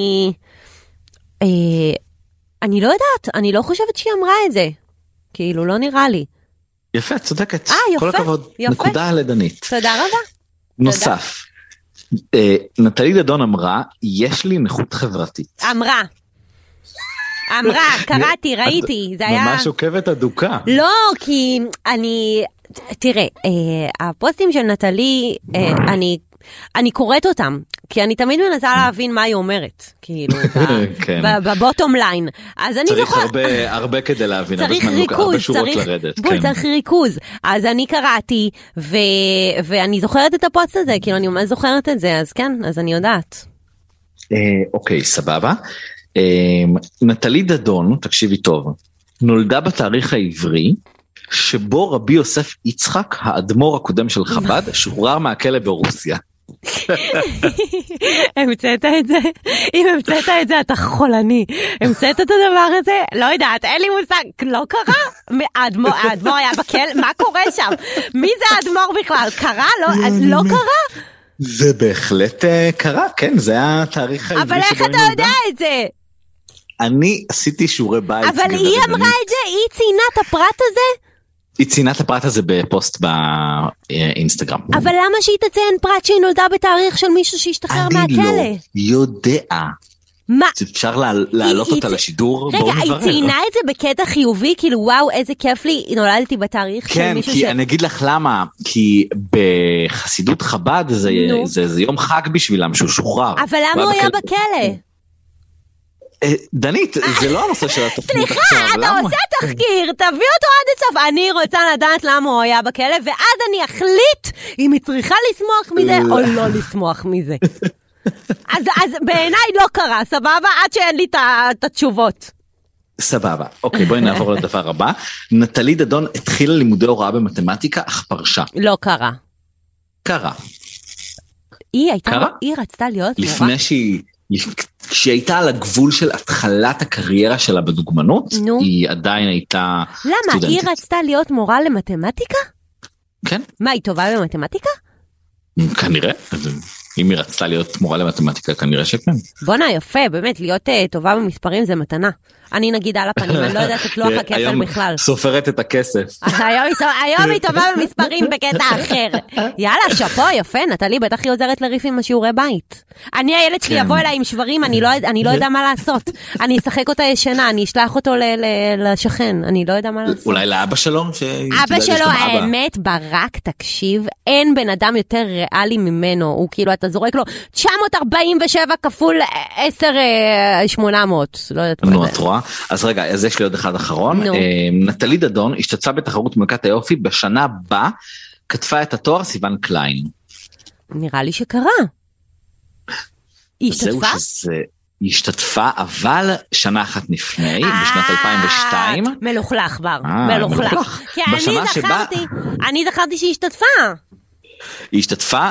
אני לא יודעת, אני לא חושבת שהיא אמרה את זה. כאילו, לא נראה לי. יפה, צודקת. יפה. כל הכבוד. נקודה לדנית. תודה רבה. נוסף. נטלי דדון אמרה, יש לי נכות חברתית. אמרה, קראתי, ראיתי. זה היה... ממש עוקבת אדוקה. לא, כי תראה, הפוסטים של נטלי, אני קוראת אותם, כי אני תמיד מנסה להבין מה היא אומרת, כאילו, בבוטום ליין. צריך הרבה כדי להבין, צריך ריכוז, צריך ריכוז. אז אני קראתי, ואני זוכרת את הפוסט הזה, כאילו אני ממש זוכרת את זה, אז כן, אז אני יודעת. אוקיי, סבבה. נטלי דדון, תקשיבי טוב, נולדה בתאריך העברי, שבו רבי יוסף יצחק, האדמו"ר הקודם של חב"ד, שוחרר מהכלא ברוסיה. המצאת את זה? אם המצאת את זה, אתה חולני. המצאת את הדבר הזה? לא יודעת, אין לי מושג. לא קרה? האדמו"ר היה בכלא? מה קורה שם? מי זה האדמו"ר בכלל? קרה? לא קרה? זה בהחלט קרה, כן, זה התאריך העברי. אבל איך אתה יודע את זה? אני עשיתי שיעורי בית. אבל היא אמרה את זה? היא ציינה את הפרט הזה? היא ציינה את הפרט הזה בפוסט באינסטגרם. אבל למה שהיא תציין פרט שהיא נולדה בתאריך של מישהו שהשתחרר מהכלא? אני לא יודע. מה? אפשר להעלות אותה לשידור? רגע, היא ציינה את זה בקטע חיובי? כאילו וואו, איזה כיף לי, נולדתי בתאריך של מישהו ש... כן, כי אני אגיד לך למה, כי בחסידות חב"ד זה יום חג בשבילם שהוא שוחרר. אבל למה הוא היה בכלא? דנית, זה לא הנושא של התוכנית. סליחה, אתה עושה תחקיר, תביא אותו עד הסוף. אני רוצה לדעת למה הוא היה בכלא, ואז אני אחליט אם היא צריכה לשמוח מזה או לא לשמוח מזה. אז בעיניי לא קרה, סבבה? עד שאין לי את התשובות. סבבה. אוקיי, בואי נעבור לדבר הבא. נטלי דדון התחילה לימודי הוראה במתמטיקה, אך פרשה. לא קרה. קרה. היא רצתה להיות מורה? לפני כשהיא הייתה על הגבול של התחלת הקריירה שלה בדוגמנות, היא עדיין הייתה סטודנטית. למה? היא רצתה להיות מורה למתמטיקה? כן. מה, היא טובה במתמטיקה? כנראה. אם היא רצתה להיות מורה למתמטיקה, כנראה שכן. בונה, יפה, באמת, להיות טובה במספרים זה מתנה. אני נגיד על הפנים, אני לא יודעת את לוח הכפל בכלל. היום סופרת את הכסף. היום היא טובה במספרים בקטע אחר. יאללה, שפו, יפה, נטלי, בטח היא עוזרת לריף עם השיעורי בית. הילד שלי יבוא אליי עם שברים, אני לא יודע מה לעשות. אני אשחק אותה ישנה, אני אשלח אותו לשכן, אני לא יודע מה לעשות. אולי לאבא שלו? אבא שלו, האמת, ברק, תקשיב, אין בן אדם יותר ריאלי ממנו. הוא כאילו, אתה זורק לו 947 כפול 10,800. לא יודעת מה זה. אז רגע, אז יש לי עוד אחד אחרון. נטלי דדון השתתפה בתחרות מלכת היופי, בשנה בה כתבה את התואר סיוון קליין. נראה לי שקרה. היא השתתפה? היא השתתפה, אבל שנה אחת לפני, בשנת 2002. מלוכלך בר, מלוכלך. כי אני זכרתי שהיא השתתפה. היא השתתפה,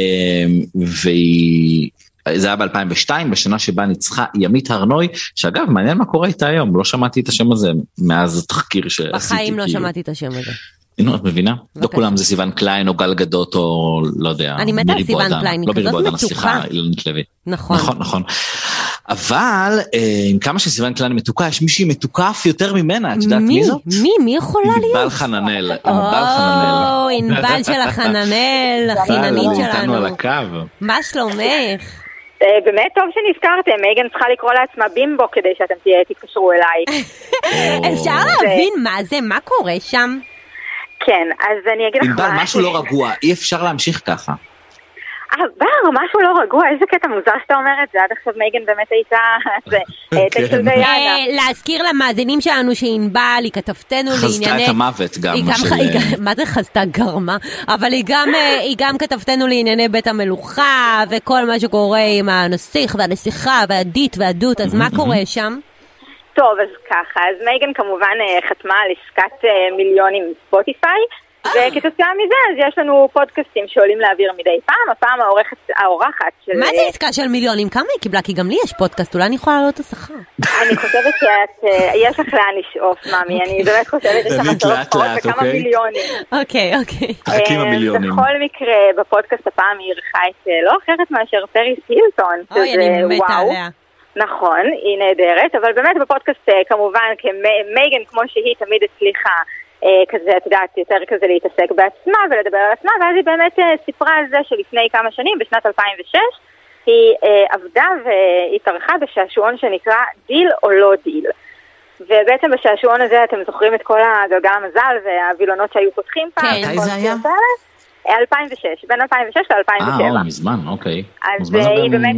זה היה ב-2002, בשנה שבה ניצחה ימית הרנוי, שאגב, מעניין מה קורה איתה היום, לא שמעתי את השם הזה מאז התחקיר שעשיתי. בחיים לא שמעתי את השם הזה. הנה, את מבינה? לא כולם זה סיוון קליין או גל גדות או לא יודע. אני מתה על סיוון קליין, היא כזאת מתוקה. נכון. נכון. אבל עם כמה שסיוון קליין מתוקה, יש מישהי מתוקה אף יותר ממנה, את יודעת מי זאת? מי יכולה להיות? ענבל חננאל. ענבל של החננאל, החיננית שלנו. איתנו על הקו. מה שלומך? באמת טוב שנזכרתם, מייגן צריכה לקרוא לעצמה בימבו כדי שאתם תתקשרו אליי. אפשר להבין מה זה, מה קורה שם? כן, אז אני אגיד לך מה... משהו לא רגוע, אי אפשר להמשיך ככה. בר, משהו לא רגוע, איזה קטע מוזר שאתה אומר את זה, עד עכשיו מייגן באמת הייתה... להזכיר למאזינים שלנו שענבל, היא כתבתנו לענייני... חזתה את המוות גם. מה זה חזתה גרמה? אבל היא גם כתבתנו לענייני בית המלוכה, וכל מה שקורה עם הנסיך והנסיכה והדית והדות, אז מה קורה שם? טוב, אז ככה, אז מייגן כמובן חתמה על עסקת מיליונים ספוטיפיי, וכתוצאה מזה אז יש לנו פודקאסטים שעולים להעביר מדי פעם, הפעם האורחת של... מה זה עסקה של מיליונים? כמה היא קיבלה? כי גם לי יש פודקאסט, אולי אני יכולה לעלות את השכר. אני חושבת שיש לך לאן לשאוף, מאמי, אני באמת חושבת שיש לך עשרות וכמה מיליונים. אוקיי. חכים המיליונים. בכל מקרה, בפודקאסט הפעם היא ערכה את לא אחרת מאשר פריס הילטון, שזה וואו. נכון, היא נהדרת, אבל באמת בפודקאסט כמובן מייגן כמו שהיא תמיד הצליחה כזה, את יודעת, יותר כזה להתעסק בעצמה ולדבר על עצמה, ואז היא באמת סיפרה על זה שלפני כמה שנים, בשנת 2006, היא עבדה והתארחה בשעשועון שנקרא דיל או לא דיל. ובעצם בשעשועון הזה אתם זוכרים את כל הגלגל המזל והווילונות שהיו פותחים פעם. כן, זה היה? 2006, בין 2006 ל-2007. מזמן, אוקיי. אז היא באמת,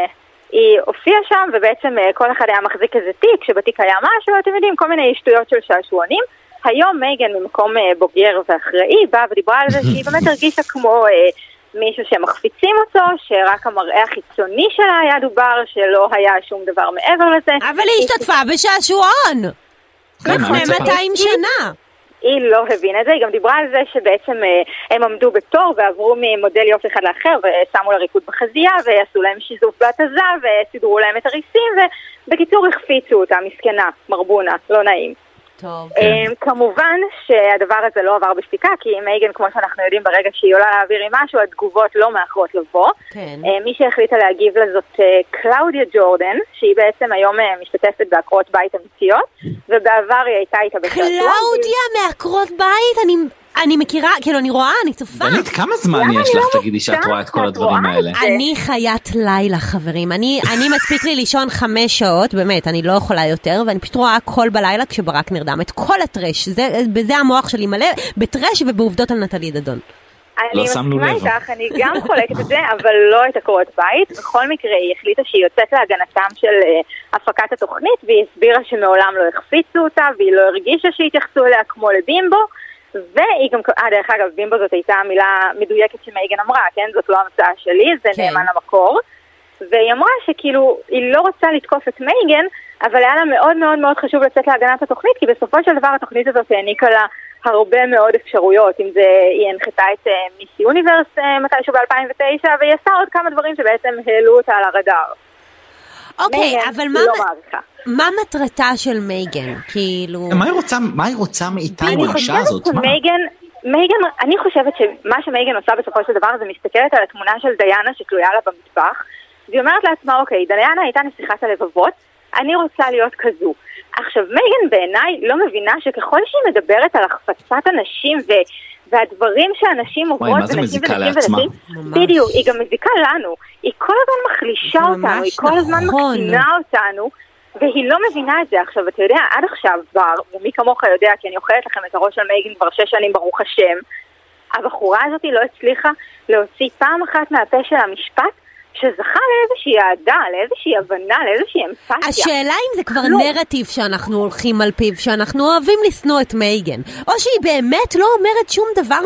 היא הופיעה שם, ובעצם כל אחד היה מחזיק איזה תיק, שבתיק היה משהו, אתם יודעים, כל מיני שטויות של שעשועונים. היום מייגן ממקום בוגר ואחראי באה ודיברה על זה שהיא באמת הרגישה כמו מישהו שמחפיצים אותו, שרק המראה החיצוני שלה היה דובר, שלא היה שום דבר מעבר לזה. אבל היא השתתפה בשעשועון לפני 200 שנה. היא לא הבינה את זה, היא גם דיברה על זה שבעצם הם עמדו בתור ועברו ממודל יופי אחד לאחר ושמו לה ריקוד בחזייה ועשו להם שיזוף בהתזה וסידרו להם את הריסים ובקיצור החפיצו אותה, מסכנה, מרבונה, לא נעים. טוב. כמובן שהדבר הזה לא עבר בשתיקה, כי מייגן, כמו שאנחנו יודעים, ברגע שהיא עולה להעביר עם משהו, התגובות לא מאחרות לבוא. כן. מי שהחליטה להגיב לזאת קלאודיה ג'ורדן, שהיא בעצם היום משתתפת בעקרות בית אמיתיות, ובעבר היא הייתה איתה בשעשוע. קלאודיה מעקרות בית? אני מכירה, כאילו אני רואה, אני צופה. דנית, כמה זמן יש לך, תגידי, שאת רואה את כל הדברים האלה? אני חיית לילה, חברים. אני מספיק לי לישון 5 שעות, באמת, אני לא יכולה יותר, ואני פשוט רואה כל בלילה כשברק נרדם. את כל הטרש, בזה המוח שלי מלא, בטרש ובעובדות על נטלי דדון. אני מסכימה איתך, אני גם חולקת את זה, אבל לא את עקרות בית. בכל מקרה, היא החליטה שהיא יוצאת להגנתם של הפקת התוכנית, והיא הסבירה שמעולם לא החפיצו אותה, והיא לא הרגישה שהתייחסו אליה כמו לבימבו. והיא גם, דרך אגב, בימבו זאת הייתה מילה מדויקת שמייגן אמרה, כן? זאת לא המצאה שלי, זה נאמן למקור. והיא אמרה שכאילו, היא לא רוצה לתקוף את מייגן, אבל היה לה מאוד מאוד מאוד חשוב לצאת להגנת התוכנית, כי בסופו של דבר התוכנית הזאת העניקה לה הרבה מאוד אפשרויות, אם זה, היא הנחתה את מיס יוניברס מתישהו ב-2009, והיא עשה עוד כמה דברים שבעצם העלו אותה על הרדאר. אוקיי, אבל מה מטרתה של מייגן? כאילו... מה היא רוצה מאיתנו האישה הזאת? מייגן, אני חושבת שמה שמייגן עושה בסופו של דבר זה מסתכלת על התמונה של דיאנה שתלויה לה במטבח, והיא אומרת לעצמה, אוקיי, דיאנה הייתה נסיכת הלבבות, אני רוצה להיות כזו. עכשיו, מייגן בעיניי לא מבינה שככל שהיא מדברת על החפצת אנשים והדברים שאנשים עוברות, מה זה מזיקה לעצמה? בדיוק, היא גם מזיקה לנו. היא כל הזמן מחלישה אותנו, היא כל הזמן מקטינה אותנו, והיא לא מבינה את זה. עכשיו, אתה יודע, עד עכשיו כבר, ומי כמוך יודע, כי אני אוכלת לכם את הראש של מייגן כבר 6 שנים, ברוך השם, הבחורה הזאת לא הצליחה להוציא פעם אחת מהפה של המשפט, שזכה לאיזושהי יעדה, לאיזושהי הבנה, לאיזושהי אמפתיה. השאלה אם זה כבר נרטיב שאנחנו הולכים על פיו, שאנחנו אוהבים לשנוא את מייגן, או שהיא באמת לא אומרת שום דבר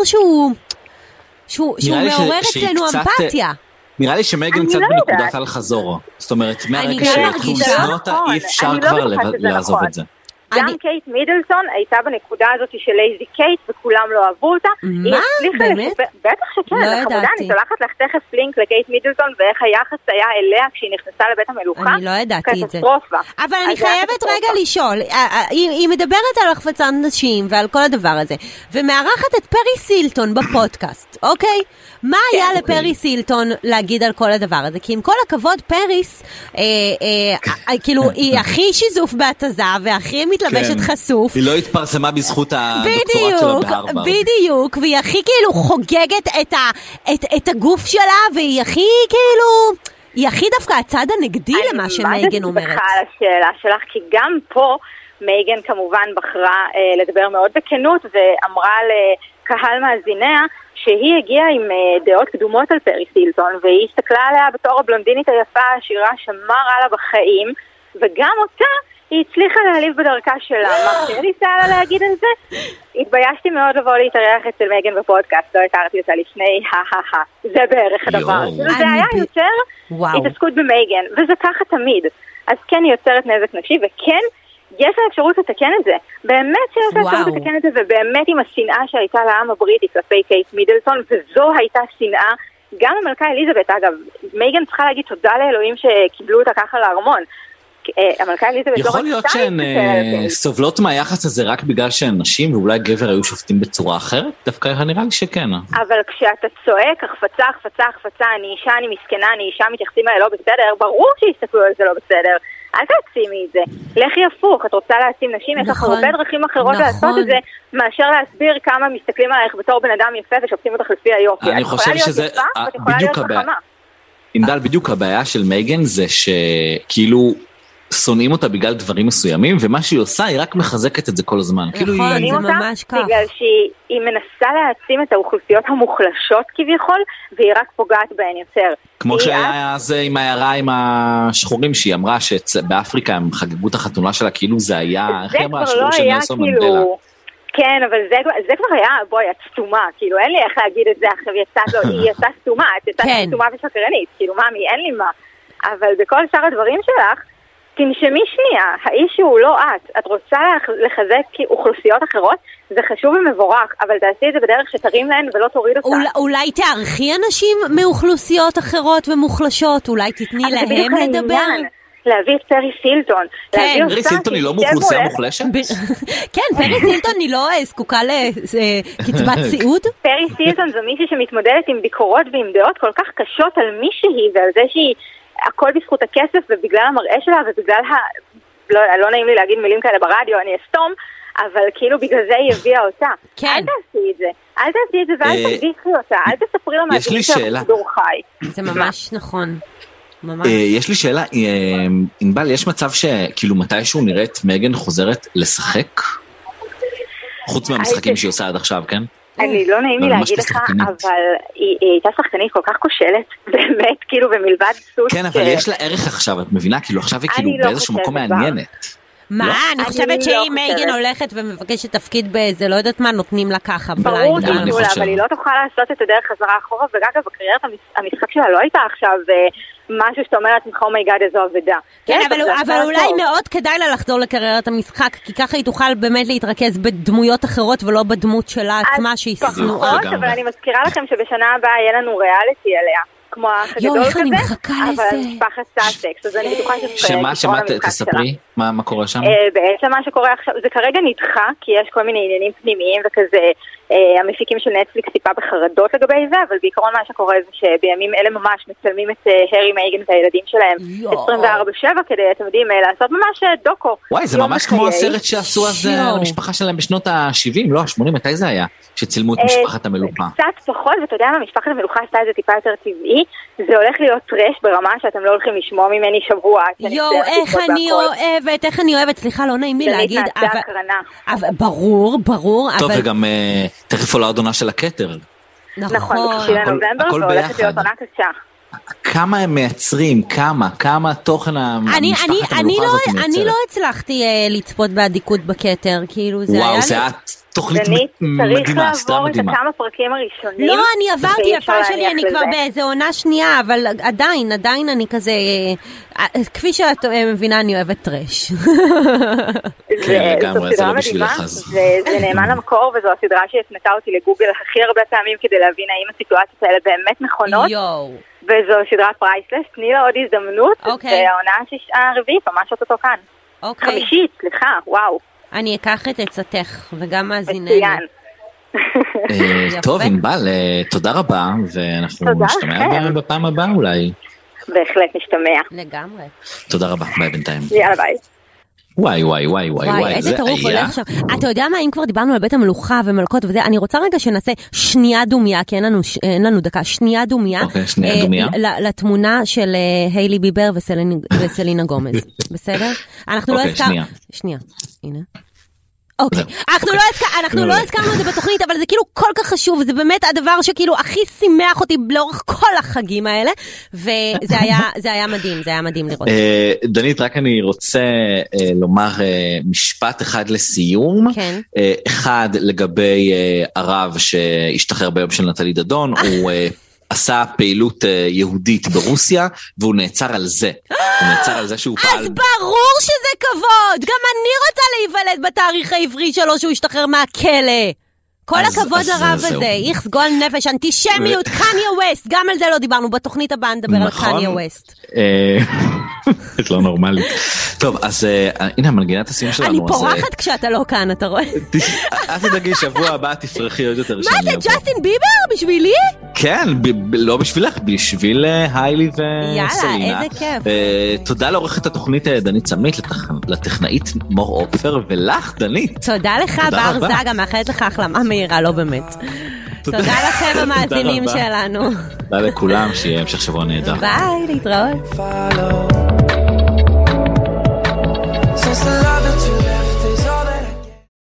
שהוא מעורר אצלנו אמפתיה. נראה לי שמייגן קצת בנקודת על חזור. זאת אומרת, מהרגע שאנחנו לשנוא אותה, אי אפשר כבר לעזוב את זה. גם קייט מידלטון הייתה בנקודה הזאת של לייזי קייט, וכולם לא אהבו אותה. מה? באמת? בטח שכן, לא ידעתי. אני שולחת לך תכף לינק לקייט מידלטון, ואיך היחס היה אליה כשהיא נכנסה לבית המלוכה. אני לא ידעתי את זה. קטסטרופה. אבל אני חייבת רגע לשאול, היא מדברת על החפצת נשים ועל כל הדבר הזה, ומארחת את פרי סילטון בפודקאסט, אוקיי? מה היה לפרי סילטון להגיד על כל הדבר הזה? כי עם כל הכבוד, פריס, כאילו, היא הכי שיזוף בהתזה, והכי מתלבשת חשוף. היא לא התפרסמה בזכות הדוקטורט שלה בהרווארד. בדיוק, והיא הכי כאילו חוגגת את הגוף שלה, והיא הכי כאילו, היא הכי דווקא הצד הנגדי למה שמייגן אומרת. אני שמחה על השאלה שלך, כי גם פה מייגן כמובן בחרה לדבר מאוד בכנות, ואמרה לקהל מאזיניה, שהיא הגיעה עם דעות קדומות על פרי סילטון, והיא הסתכלה עליה בתור הבלונדינית היפה, השירה שמר עלה בחיים, וגם אותה היא הצליחה להעליב בדרכה שלה. מה שאני ניסה לה להגיד על זה? התביישתי מאוד לבוא להתארח אצל מייגן בפודקאסט, לא הכרתי אותה לפני, זה בערך הדבר. זה היה יותר התעסקות במייגן, וזה ככה תמיד. אז כן היא יוצרת נזק נפשי, וכן יש לה אפשרות לתקן את זה. באמת שיש לה אפשרות לתקן את זה, ובאמת עם השנאה שהייתה לעם הבריטי כלפי קייט מידלטון, וזו הייתה שנאה, גם המלכה אליזבת, אגב, מייגן צריכה להגיד תודה לאלוהים שקיבלו אותה ככה לארמון. המלכה אליזבת יכול להיות שהן סובלות מהיחס הזה רק בגלל שהן נשים, ואולי גבר היו שופטים בצורה אחרת? דווקא נראה לי שכן. אבל כשאתה צועק, החפצה, אני אישה, אני מסכנה, אני אישה, מתייחסים עליה לא בסדר, ברור שיסתכלו על זה לא בסדר. אל תעצימי את זה. לכי הפוך, את רוצה להעצים נשים, יש לך הרבה דרכים אחרות לעשות את זה, מאשר להסביר כמה מסתכלים עלייך בתור בן אדם יפה ושופטים אותך לפי היופי. אני חושב שזה בדיוק הבעיה. אינדל, בדיוק הבעיה של מייגן זה שכאילו, שונאים אותה בגלל דברים מסוימים, ומה שהיא עושה היא רק מחזקת את זה כל הזמן. נכון, זה ממש כך. בגלל שהיא מנסה להעצים את האוכלוסיות המוחלשות כביכול, והיא רק פוגעת בהן יותר. כמו שהיה אז עם העיירה עם השחורים, שהיא אמרה שבאפריקה הם חגגו את החתונה שלה, כאילו זה היה, איך היא אמרה, השחור של נלסון מנדלה. כן, אבל זה כבר היה, בואי, את סתומה, כאילו אין לי איך להגיד את זה, עכשיו היא יצאה סתומה, את יצאה סתומה ושקרנית, כאילו ממי, אין לי מה. אבל בכל שאר הדברים שלך, תנשמי שנייה, האיש הוא לא את רוצה לחזק אוכלוסיות אחרות, זה חשוב ומבורך, אבל תעשי את זה בדרך שתרים להן ולא תוריד אותן. אולי תערכי אנשים מאוכלוסיות אחרות ומוחלשות, אולי תתני להם לדבר? להביא את פרי סילטון. כן, פרי סילטון היא לא מאוכלוסיה מוחלשת? כן, פרי סילטון היא לא זקוקה לקצבת סיעוד? פרי סילטון זו מישהי שמתמודדת עם ביקורות ועם דעות כל כך קשות על מישהי ועל זה שהיא הכל בזכות הכסף ובגלל המראה שלה ובגלל לא נעים לי להגיד מילים כאלה ברדיו, אני אסתום, אבל כאילו בגלל זה היא הביאה אותה. כן. אל תעשי את זה. אל תעשי את זה ואל תביכי אותה. אל תספרי לו מהדברים של השידור חי. זה ממש נכון. יש לי שאלה, אינבל, יש מצב שכאילו מתישהו נראית מגן חוזרת לשחק? חוץ מהמשחקים שהיא עושה עד עכשיו, כן? אני לא נעים לי להגיד לך, אבל היא הייתה שחקנית כל כך כושלת, באמת, כאילו במלבד סוס. כן, אבל יש לה ערך עכשיו, את מבינה? כאילו עכשיו היא כאילו באיזשהו מקום מעניינת. מה? אני חושבת שהיא מייגן הולכת ומבקשת תפקיד באיזה, לא יודעת מה, נותנים לה ככה בליינד. ברור שתולה, אבל היא לא תוכל לעשות את הדרך חזרה אחורה, ואגב, בקריירת המשחק שלה לא הייתה עכשיו משהו שאתה אומרת, אומייגאד, איזו עבודה. כן, אבל אולי מאוד כדאי לה לחזור לקריירת המשחק, כי ככה היא תוכל באמת להתרכז בדמויות אחרות, ולא בדמות שלה עצמה שהיא שנואה. אבל אני מזכירה לכם שבשנה הבאה יהיה לנו ריאליטי עליה. כמו האח הגדול כזה, אבל משפחת סאסקס, אז אני בטוחה שמה תספרי? מה קורה שם? בעצם מה שקורה עכשיו, זה כרגע נדחה, כי יש כל מיני עניינים פנימיים וכזה, המפיקים של נטפליקס טיפה בחרדות לגבי זה, אבל בעיקרון מה שקורה זה שבימים אלה ממש מצלמים את הרי מייגן והילדים שלהם 24/7 כדי, אתם יודעים, לעשות ממש דוקו. וואי, זה ממש כמו הסרט שעשו אז למשפחה שלהם בשנות ה-70, לא ה-80, מתי זה היה? שצילמו את משפחת המלוכה. קצת פחות, ואתה יודע מה, משפחת המלוכה עשתה את זה טיפה יותר טבעי, זה הולך להיות טרש ברמה שאתם לא הולכים לשמוע ממני שבוע. איך אני אוהבת, סליחה, לא נעים לי להגיד. ברור. טוב, וגם תכף עולה עוד עונה של הכתר. נכון, בקשילה נובמבר, והולכת להיות עונה קשה. כמה הם מייצרים, כמה תוכן המשפחת המלוכה הזאת מייצרת. אני לא הצלחתי לצפות באדיקות בכתר, כאילו זה היה... וואו, זה היה תוכנית מדהימה, סדרה מדהימה. צריך לעבור את הכמה פרקים הראשונים. לא, אני עברתי, יפה שלי, אני כבר באיזה עונה שנייה, אבל עדיין אני כזה, כפי שאת מבינה, אני אוהבת טרש. כן, לגמרי, זה לא בשבילך אז. זה נאמן למקור, וזו הסדרה שהפנתה אותי לגוגל הכי הרבה פעמים, כדי להבין האם הסיטואציות האלה באמת נכונות. וזו סדרה פרייסלס, תני לה עוד הזדמנות, והעונה הרביעית, ממש אותו כאן. חמישית, סליחה, וואו. אני אקח את עצתך, וגם מאזיננו. טוב, אינבל, תודה רבה, ואנחנו נשתמע בפעם הבאה אולי. בהחלט נשתמע. לגמרי. תודה רבה, ביי בינתיים. יאללה ביי. וואי, איזה טירוף הולך עכשיו. אתה יודע מה, אם כבר דיברנו על בית המלוכה ומלכות וזה, אני רוצה רגע שנעשה שנייה דומיה, כי אין לנו דקה, שנייה דומיה. אוקיי, שנייה דומיה. לתמונה של היילי ביבר וסלינה גומז. בסדר? אנחנו לא הזכרנו... שנייה, הנה. אוקיי, אנחנו לא הזכרנו את זה בתוכנית, אבל זה כאילו כל כך חשוב, זה באמת הדבר שכאילו הכי שימח אותי לאורך כל החגים האלה, וזה היה מדהים, זה היה מדהים לראות. דנית, רק אני רוצה לומר משפט אחד לסיום, אחד לגבי הרב שהשתחרר ביום של נטלי דדון, הוא עשה פעילות יהודית ברוסיה, והוא נעצר על זה. הוא נעצר על זה שהוא פעל... אז ברור שזה כבוד! גם אני רוצה להיוולד בתאריך העברי שלו שהוא ישתחרר מהכלא. כל הכבוד לרב הזה, איכס גול נפש, אנטישמיות, קניה ווסט, גם על זה לא דיברנו, בתוכנית הבאה נדבר על קניה ווסט. את לא נורמלית. טוב, אז הנה המנגינת הסיום שלנו. אני פורחת כשאתה לא כאן, אתה רואה? אל תדאגי, שבוע הבא תפרחי עוד יותר. מה זה, ג'סטין ביבר? בשבילי? כן, לא בשבילך, בשביל היילי וסלינה. יאללה, איזה כיף. תודה לעורכת התוכנית דנית צמית, לטכנאית מור אופפר, ולך דנית. תודה לך, בר זגה, מאחלת לך החלמה מהירה, לא באמת. תודה לכם המאזינים שלנו. תודה לכולם, שיהיה המשך שבוע נהדר. ביי, להתראות.